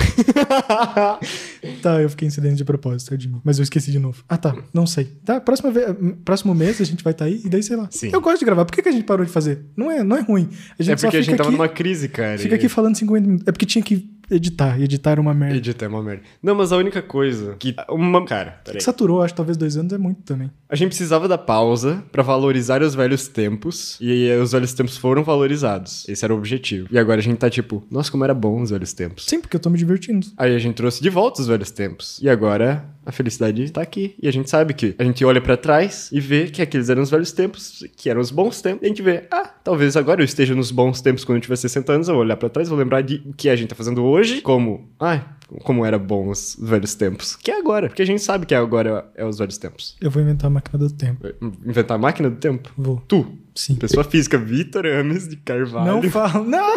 Tá, eu fiquei incidente de propósito, é de mim. Mas eu esqueci de novo. Ah, tá. Não sei. Tá, próxima vez, próximo mês a gente vai estar aí e daí sei lá. Sim. Eu gosto de gravar. Por que, que a gente parou de fazer? Não é, não é ruim. A gente É só porque a fica gente tava aqui, numa crise, cara. fica e- aqui falando cinquenta minutos. É porque tinha que editar. E editar era uma merda. Editar é uma merda. Não, mas a única coisa que... Uma... Cara, peraí. Saturou, acho que talvez dois anos é muito também. A gente precisava da pausa pra valorizar os velhos tempos. E aí os velhos tempos foram valorizados. Esse era o objetivo. E agora a gente tá tipo... Nossa, como era bom os velhos tempos. Sim, porque eu tô me divertindo. Aí a gente trouxe de volta os velhos tempos. E agora a felicidade tá aqui. E a gente sabe que a gente olha pra trás e vê que aqueles eram os velhos tempos, que eram os bons tempos. E a gente vê, ah, talvez agora eu esteja nos bons tempos quando eu tiver sessenta anos. Eu vou olhar pra trás, vou lembrar de o que a gente tá fazendo hoje, como, ai, como era bom os velhos tempos. Que é agora. Porque a gente sabe que agora é os velhos tempos. Eu vou inventar a máquina do tempo. Inventar a máquina do tempo? Vou. Tu, Sim. pessoa física, Vitor Ames de Carvalho. Não fala. Não!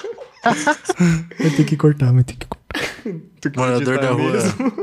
Vai ter que cortar, vai ter que cortar. Tu que Morador acredita da rua.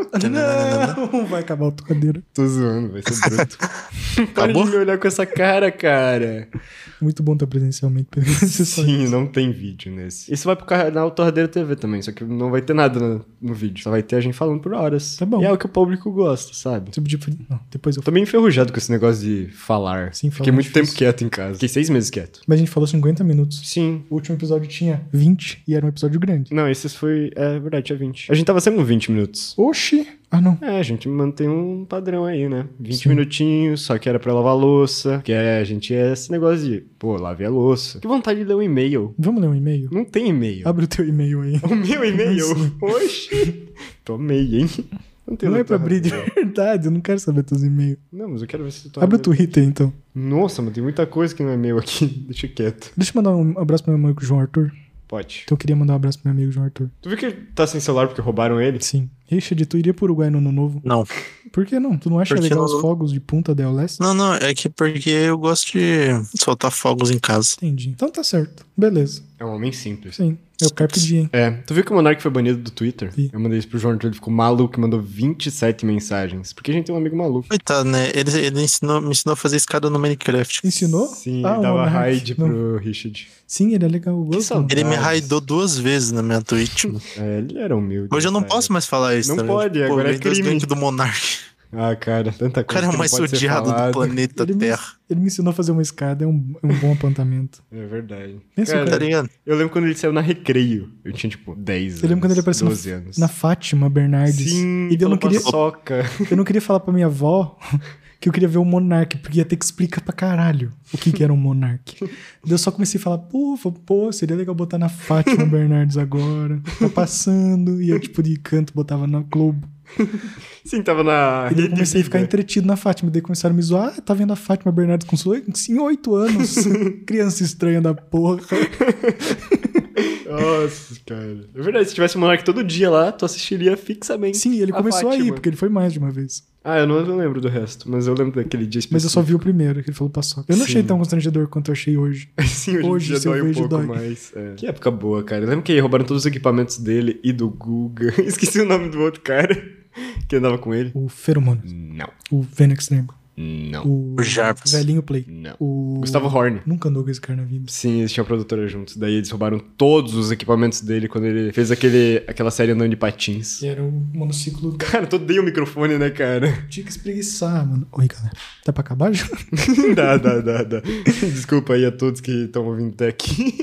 mesmo? Não! Vai acabar a tocadeira. Tô zoando, vai ser bruto. Para Acabou? de me olhar com essa cara, cara. Muito bom estar presencialmente. Você só Sim, isso. não tem vídeo nesse. Isso vai pro canal Torradeira T V também, só que não vai ter nada no, no vídeo. Só vai ter a gente falando por horas. Tá bom. E é o que o público gosta, sabe? Tipo, tipo, não, depois eu Tô meio enferrujado com esse negócio de falar. Sim, Fiquei falar é muito tempo difícil. quieto em casa. Fiquei seis meses quieto. Mas a gente falou cinquenta minutos. Sim. O último episódio tinha vinte e era um episódio grande. Não, esse foi... É verdade, tinha vinte. A gente tava sempre com vinte minutos. Oxi! Ah, não. É, a gente mantém um padrão aí, né? vinte Sim. minutinhos, só que era pra lavar a louça. Que é, a gente é esse negócio de, pô, lavei a louça. Que vontade de ler um e-mail. Vamos ler um e-mail? Não tem e-mail. Abre o teu e-mail aí. O meu e-mail? Sim. Oxi. Tomei, hein? Não, tem Não é outra pra abrir de razão. verdade, eu não quero saber teus e-mails. Não, mas eu quero ver se tu Abre o Twitter, então. Nossa, mas tem muita coisa que não é meu aqui. Deixa quieto. Deixa eu mandar um abraço pro meu amigo João Arthur. Pode. Então eu queria mandar um abraço pro meu amigo João Arthur. Tu viu que ele tá sem celular porque roubaram ele? Sim. Richard, tu iria pro Uruguai no ano novo? Não. Por que não? Tu não acha Porque legal não- os fogos de Punta del Este? Não, não, é que porque eu gosto de soltar fogos em casa. Entendi. Então tá certo. Beleza. É um homem simples. Sim. É o Carpe Diem. É, tu viu que o Monark foi banido do Twitter? Vi. Eu mandei isso pro João Arthur, ele ficou maluco e mandou vinte e sete mensagens. Porque a gente tem um amigo maluco. Coitado, né? Ele, ele ensinou, me ensinou a fazer escada no Minecraft. Ensinou? Sim, Ah, ele o dava Monark. raid Não. pro Richard. Sim, ele é legal. Eu gosto. saudade. Ele me Nice. raidou duas vezes na minha Twitch. mano. É, ele era humilde. Hoje eu não nessa posso mais falar isso. Não tá ligado? pode, agora é veio dois crime. ganks do Monark. época. Ah, cara, tanta O coisa. cara é que o mais não pode ser odiado do falado. planeta Ele me, Terra. ele me ensinou a fazer uma escada, é um, é um bom apontamento. É verdade. Pensa Cara, o Tá cara- ligado? eu lembro quando ele saiu na Recreio. Eu tinha, tipo, dez anos. Eu lembro quando ele apareceu doze na, anos. na Fátima Bernardes. Sim, e daí eu não, pela queria, paçoca. eu não queria falar pra minha avó que eu queria ver o Monark, porque ia ter que explicar pra caralho o que, que era um Monark. Daí eu só comecei a falar, pô, pô, seria legal botar na Fátima Bernardes agora. Tá passando. E eu, tipo, de canto, botava na Globo. Sim, tava na E daí eu Rede comecei a ficar Vida. entretido na Fátima. Daí começaram a me zoar. Ah, tá vendo a Fátima Bernardes com sua... Sim, oito anos. Criança estranha da porra. Nossa, cara. É verdade, se tivesse um Monark todo dia lá, tu assistiria fixamente. Sim, ele a começou Fátima. aí, porque ele foi mais de uma vez. Ah, eu não, eu não lembro do resto, mas eu lembro daquele dia específico. Mas eu só vi o primeiro, que ele falou paçoca. Eu não Sim. achei tão constrangedor quanto eu achei hoje. Sim, hoje, Hoje, em dia se eu dói um vejo, pouco dói. mais. É. Que época boa, cara. Eu lembro que roubaram todos os equipamentos dele e do Guga. Esqueci o nome do outro cara que andava com ele. O Feromônio, Não. o Venom Extreme, Não. o, O Jarvis. Velhinho Play, Não. o... Gustavo Horn. Nunca andou com esse cara na vida. Sim, eles tinham a produtora juntos. Daí eles roubaram todos os equipamentos dele quando ele fez aquele, aquela série andando de patins. E era o monociclo... Cara, tu odeia o microfone, né, cara? Tinha que espreguiçar, mano. Oi, galera. Tá pra acabar já? dá, dá, dá, dá. Desculpa aí a todos que estão ouvindo até aqui.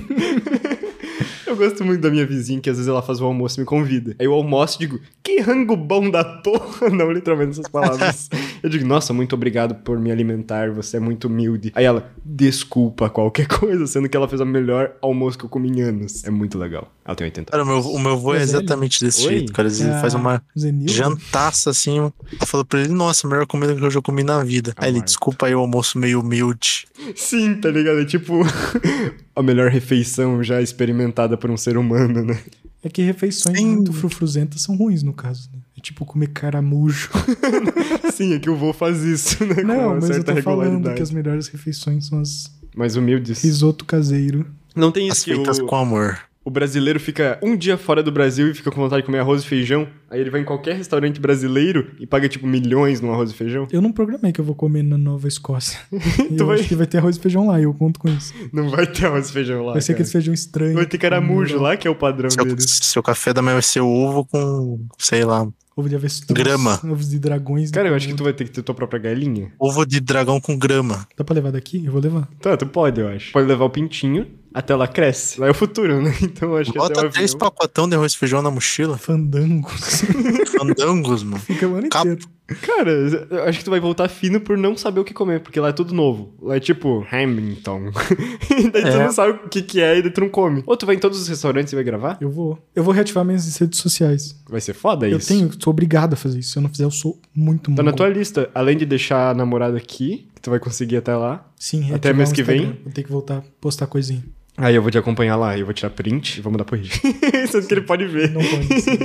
Eu gosto muito da minha vizinha, que às vezes ela faz o almoço e me convida. Aí eu almoço e digo, que rango bom da porra. Não, literalmente essas palavras. Eu digo, nossa, muito obrigado por me alimentar, você é muito humilde. Aí ela, desculpa qualquer coisa, sendo que ela fez o melhor almoço que eu comi em anos. É muito legal. Ela tem oitenta Cara, o meu, o meu avô é Mas ele- exatamente desse Oi? jeito, cara. Ele É faz uma a Zenilda? jantaça assim. Eu falo pra ele, nossa, a melhor comida que eu já comi na vida. A Aí ele, Marta. desculpa aí o almoço meio humilde. Sim, tá ligado? É tipo a melhor refeição já experimentada por um ser humano, né? É que refeições Sim. muito frufruzentas são ruins, no caso, né? É tipo comer caramujo. Sim, é que o vô faz isso, né? Com Não, uma mas eu certa tô falando regularidade. que as melhores refeições são as Mais humildes. risoto caseiro. Não tem As isso que feitas o, com amor. o brasileiro fica um dia fora do Brasil e fica com vontade de comer arroz e feijão. Aí ele vai em qualquer restaurante brasileiro e paga, tipo, milhões no arroz e feijão. Eu não programei que eu vou comer na Nova Escócia. E Tu eu vai- acho que vai ter arroz e feijão lá, e eu conto com isso. Não vai ter arroz e feijão lá, Vai ser cara. aquele feijão estranho. Vai ter caramujo lá, que é o padrão Seu, deles. seu café da manhã vai ser ovo com, sei lá, Ovo de avestruz. Grama. Ovos de dragões. Cara, eu de acho que tu Komodo. vai ter que ter tua própria galinha. ovo de dragão com grama. Dá pra levar daqui? Eu vou levar. Tá, tu pode, eu acho. Pode levar o pintinho, até lá cresce. Lá é o futuro, né? Então eu acho que até o Bota avião... três pacotão de arroz e feijão na mochila. Fandangos. Fandangos, mano. Fica o ano Cap- inteiro. Cara, eu acho que tu vai voltar fino por não saber o que comer, porque lá é tudo novo. Lá é tipo Hamilton. E daí tu É. não sabe o que que é e daí tu não come. Ou tu vai em todos os restaurantes e vai gravar? Eu vou. Eu vou reativar minhas redes sociais. Vai ser foda Eu isso. tenho, sou obrigado a fazer isso. Se eu não fizer, eu sou muito Tá mongol. na tua lista. Além de deixar a namorada aqui, que tu vai conseguir até lá. Sim, Até reativar mês o que vem? Instagram. Vou ter que voltar a postar coisinha. Aí eu vou te acompanhar lá, eu vou tirar print e vou mandar pro Rich. Sendo que ele pode ver. Não pode ser.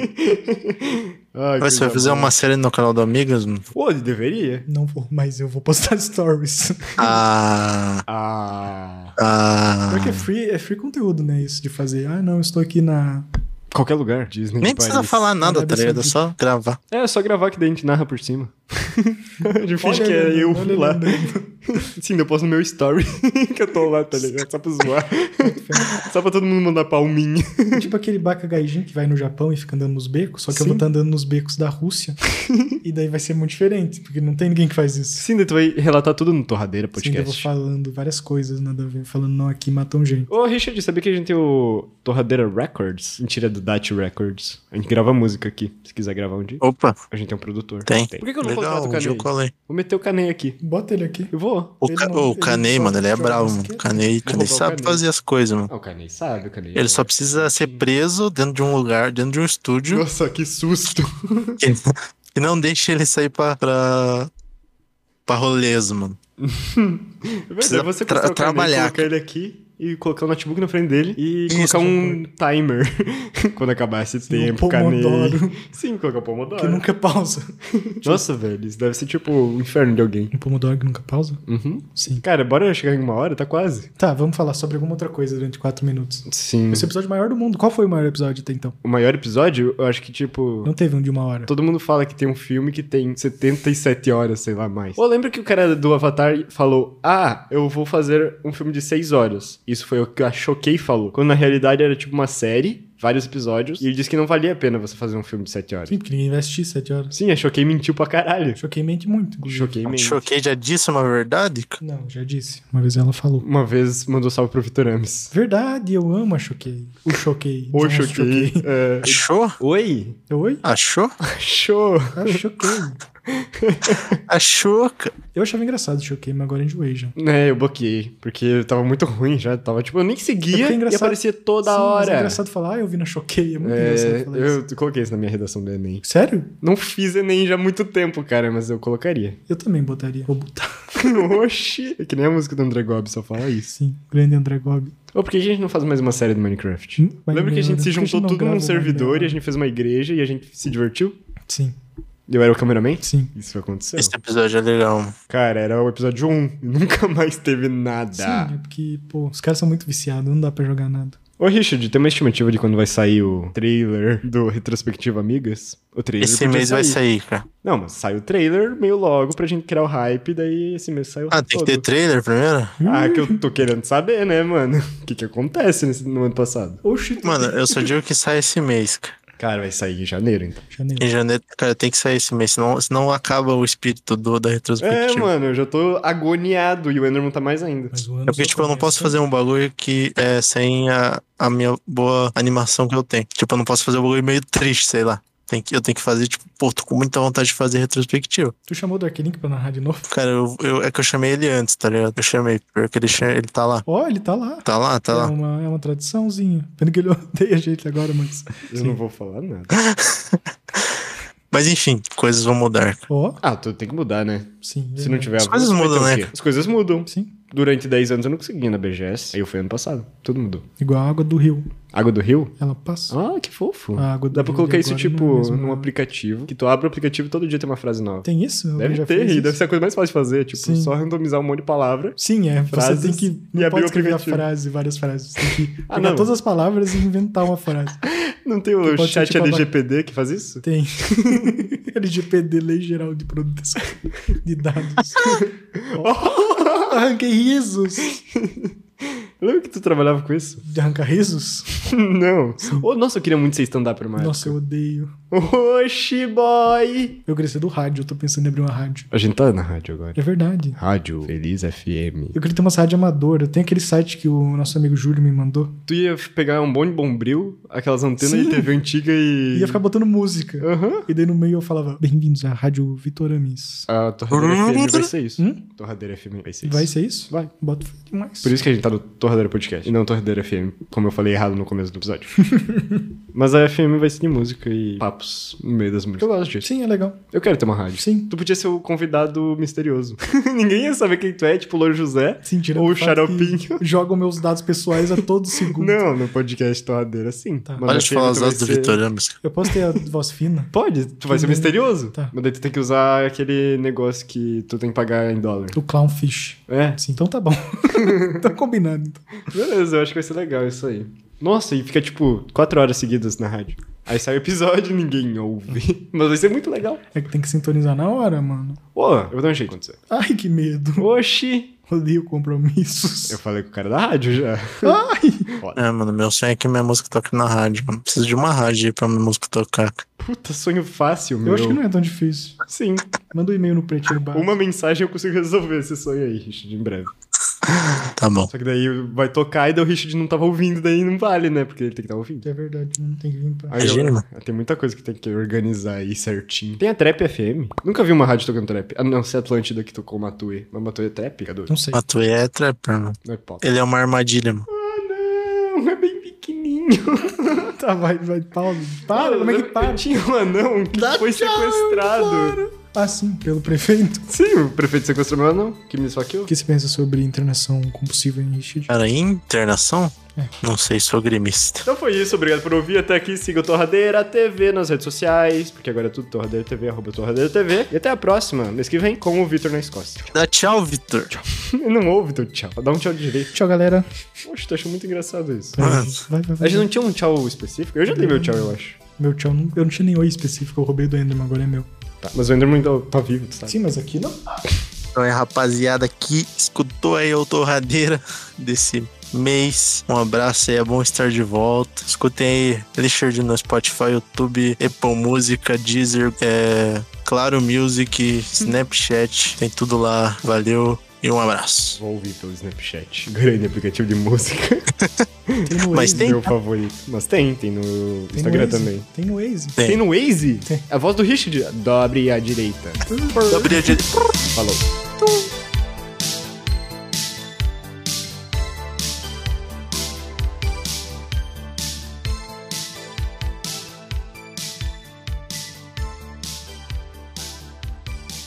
Ai, Vai, você vai coisa fazer boa. uma série no canal do Amigas, mano? Pô, ele deveria. Não vou, mas eu vou postar stories. Ah. Ah... Ah. Porque é free, é free conteúdo, né? Isso de fazer. Ah, não, eu estou aqui na. Qualquer lugar, Disney Nem de precisa Paris. falar nada, tá Arábia ligado? É Saudita. só gravar. É, é só gravar que daí a gente narra por cima. A gente finge Olha que é ele eu andando, olha lá. ele andando. Sim, eu posto no meu story que eu tô lá, tá ligado? Só pra zoar. Só pra todo mundo mandar palminha. Tipo aquele Baka Gaijin que vai no Japão e fica andando nos becos, só que eu Sim. vou estar andando nos becos da Rússia. E daí vai ser muito diferente, porque não tem ninguém que faz isso. Sim, daí tu vai relatar tudo no Torradeira Sim, eu vou Podcast. falando várias coisas, nada a ver. Falando, não, aqui matam gente. Ô, Richard, sabia que a gente tem o Torradeira Records? Mentira, do Dutch Records. A gente grava música aqui, se quiser gravar um dia. Opa, A gente tem um produtor. tem. Por que, que eu não Legal, contrato o um dia eu Canei? colei. Vou meter o Canei aqui. Bota ele aqui. Eu vou. O, Ele ca... não- o ele Canei, só mano, ele é joga bravo, mano. basquete. Canei, Canei roubar o sabe Canei. fazer as coisas, mano. Ah, o Canei sabe, o Canei. Ele só precisa ser preso dentro de um lugar, dentro de um estúdio, Nossa, que susto. e não deixe ele sair pra, pra, pra rolês, mano. Precisa você tra- tra o Canei, trabalhar, colocar ele aqui e colocar o notebook na frente dele e Isso, colocar um timer quando acabar esse Sim, um tempo, Canei. Pomodoro. Sim, colocar o Pomodoro. Que nunca pausa. Nossa, velho, isso deve ser tipo o inferno de alguém. Um Pomodoro que nunca pausa? Uhum. Sim. Cara, bora chegar em uma hora, tá quase. Tá, vamos falar sobre alguma outra coisa durante quatro minutos. Sim. Esse episódio maior do mundo. Qual foi o maior episódio até então? O maior episódio, eu acho que, tipo... Não teve um de uma hora. Todo mundo fala que tem um filme que tem setenta e sete horas, sei lá, mais. Ou lembra que o cara do Avatar falou, ah, eu vou fazer um filme de seis horas. Isso foi o que a Choquei falou. Quando na realidade era tipo uma série, vários episódios, e ele disse que não valia a pena você fazer um filme de sete horas. Sim, porque ninguém vai assistir sete horas. Sim, a Choquei mentiu pra caralho. Choquei mente muito. inclusive. Choquei mente. Choquei, já disse uma verdade? cara? Não, já disse. Uma vez ela falou. Uma vez mandou salve pro Vitor Ames. Verdade, eu amo a Choquei. O Choquei. Oi, Nossa, Choquei. É... Achou? Oi? Oi? Achou? Show! Ah, Choquei. Achou, cara. Eu achava engraçado o Choquei, mas agora enjoei já. É, eu bloqueei, porque tava muito ruim já. Tava, tipo, eu nem É seguia porque é e engraçado- aparecia toda Sim, mas hora. é engraçado falar, ah, eu vi na Choquei. É muito É, engraçado falar isso. eu coloquei isso na minha redação do Enem. Sério? Não fiz Enem já há muito tempo, cara, mas eu colocaria. Eu também botaria. Vou botar. Oxi! É que nem a música do André Gobi só fala isso. Sim, grande André Gobi. Ou por que a gente não faz mais uma série do Minecraft? Hum, mas Lembra que a não, gente né? se Por que a gente juntou não tudo grava num o servidor Minecraft? e a gente fez uma igreja e a gente se divertiu? Sim, Eu era o cameraman? sim. Isso aconteceu. Esse episódio é legal, mano. Cara, era o episódio um e nunca mais teve nada. Sim, é porque, pô, os caras são muito viciados, não dá pra jogar nada. Ô, Richard, tem uma estimativa de quando vai sair o trailer do Retrospectiva Amigas? O trailer Esse podia mês vai sair, cara. Não, mas sai o trailer meio logo pra gente criar o hype, daí esse mês sai o Ah, hype tem que todo. ter trailer primeiro? Ah, que eu tô querendo saber, né, mano? O que que acontece nesse, no ano passado? Oxi, Mano, eu só digo que sai esse mês, cara. Cara, vai sair em janeiro, então. Janeiro. Em janeiro, cara, tem que sair esse mês, senão, senão acaba o espírito do, da É, retrospectiva. mano, eu já tô agoniado e o Enderman tá mais ainda. Mas o ano É porque, só tipo, eu não posso começa- fazer um bagulho que é sem a, a minha boa animação que eu tenho. Tipo, eu não posso fazer um bagulho meio triste, sei lá. Tem que, eu tenho que fazer, tipo, pô, tô com muita vontade de fazer retrospectiva. Tu chamou o Dark Link pra narrar de novo? Cara, eu, eu- é que eu chamei ele antes, tá ligado? Eu chamei, porque ele, cha- ele tá lá. Ó, ele tá lá. Tá lá, tá é, lá. Uma, é uma tradiçãozinha. Pena que ele odeia a gente agora, mas... Eu não vou falar nada. Mas enfim, coisas vão mudar. Ó, Ah, tudo tem que mudar, né? sim. Se não tiver As coisas avanço, vai mudam, ter o né? quê? As coisas mudam. Sim. Durante dez anos eu não consegui ir na B G S. Aí eu fui ano passado. Tudo mudou. Igual a água do rio. Água do Rio? Ela passa. Ah, que fofo. A água do Dá pra rio colocar de isso, agora tipo, não é mesmo, num não. aplicativo. Que tu abre o aplicativo e todo dia tem uma frase nova. Tem isso? Alguém Deve já ter, fez e isso? deve ser a coisa mais fácil de fazer. Tipo, Sim. só randomizar um monte de palavra. Sim, é. Você Frases tem que... e Não abrir pode o escrever a aplicativo. frase, várias frases. Você tem que Ah, pegar não. todas as palavras e inventar uma frase. Não tem o Que pode ser, chat tipo, L G P D que faz isso? Tem. L G P D, Lei Geral de Proteção de Dados. Oh, arranquei risos. Lembra que tu trabalhava com isso? De arrancar risos? Não. Oh, nossa, eu queria muito ser stand-up uma Nossa, eu época. odeio. Oxi, boy! Eu cresci do rádio, eu tô pensando em abrir uma rádio. A gente tá na rádio agora. É verdade. Rádio Feliz F M. Eu queria ter uma rádio amadora. Tem aquele site que o nosso amigo Júlio me mandou. Tu ia pegar um bom de bombril, aquelas antenas Sim. de T V antiga e... Ia ficar botando música. Aham. E daí no meio eu falava, bem-vindos à Rádio Vitoramis. A Torradeira F M vai ser isso. Hum? Torradeira F M vai ser isso. Vai ser isso? Vai. Bota demais. Por isso que a gente tá no Torradeira Podcast e não Torradeira F M, como eu falei errado no começo do episódio. Mas a F M vai ser de música e papos no meio das músicas. Eu gosto disso. Sim, é legal. Eu quero ter uma rádio. Sim. Tu podia ser o convidado misterioso. Ninguém ia saber quem tu é, tipo o Louro José Sim, tirando ou o fato Xaropinho. que Jogam meus dados pessoais a todo segundo. Não, no podcast Torradeira, sim. Tá. Mas Para na de F M falar tu os vai dados do ser- Vitoramis. Eu posso ter a voz fina? Pode, tu vai ser Tudo bem. misterioso. Tá. Mas daí tu tem que usar aquele negócio que tu tem que pagar em dólar. O Clownfish. É, Sim, então tá bom. Tá combinado, então. beleza, eu acho que vai ser legal isso aí. Nossa, e fica tipo quatro horas seguidas na rádio. Aí sai o episódio e ninguém ouve. Mas vai ser muito legal. É que tem que sintonizar na hora, mano. Pô, eu vou dar um jeito de acontecer. Ai, que medo. Oxi! Odeio compromissos. Eu falei com o cara da rádio já. Ai! Foda. É, mano, meu sonho é que minha música toque na rádio, mano. Preciso de uma rádio aí pra minha música tocar. Puta, sonho fácil, meu. Eu acho que não é tão difícil. Sim. Manda um e-mail no Pretinho Básico. Uma mensagem eu consigo resolver esse sonho aí, Richard, em breve. Tá bom. Só que daí vai tocar e daí o Richard não tava ouvindo, daí não vale, né? Porque ele tem que estar ouvindo. É verdade, não tem que vir pra... Aí Imagina, eu- mano. tem muita coisa que tem que organizar aí certinho. Tem a Trap F M. Nunca vi uma rádio tocando trap. A não ser a Atlântida que tocou Matue. Mas Matue é trap, Cadu? Não sei. Matuê é trapper, mano. Não é pop. Ele é uma armadilha, mano. Ah, não. É bem pequenininho. Tá, vai, vai, pausa. Para, como é que para? Tinha um anão que foi sequestrado. Ah, sim, pelo prefeito. Sim, o prefeito sequestrou meu anão, que me esfaqueou. O que você pensa sobre internação compulsiva em Richard? Cara, internação? É. Não sei, sou gremista. Então foi isso, obrigado por ouvir até aqui. Siga o Torradeira T V nas redes sociais, porque agora é tudo Torradeira T V, arroba Torradeira T V. E até a próxima, mês que vem, com o Vitor na Escócia. Dá tchau, Vitor. Ele não ouve teu tchau, dá um tchau direito. Tchau, galera. Poxa, tu achou muito engraçado isso. Vai, Mano. vai, vai, vai. A gente não tinha um tchau específico? Eu já dei meu tchau, eu acho. Meu tchau, não, eu não tinha nem oi específico, eu roubei do Enderman, agora é meu. Tá, mas o Enderman ainda tá vivo, tu sabe? Sim, mas aqui não. Então é, rapaziada que escutou aí a Torradeira desse mês. Um abraço aí, é bom estar de volta. Escutem aí Richard no Spotify, YouTube, Apple Música, Deezer, é, Claro Music, Snapchat. Tem tudo lá. Valeu e um abraço. Vou ouvir pelo Snapchat. Grande aplicativo de música. Tem no Mas Waze. tem? Meu favorito. Mas tem, tem no Tem no Instagram Waze. também. Tem no Waze. Tem. Tem no Waze? Tem. A voz do Richard. Dobre à direita. Gabriel de... Falou.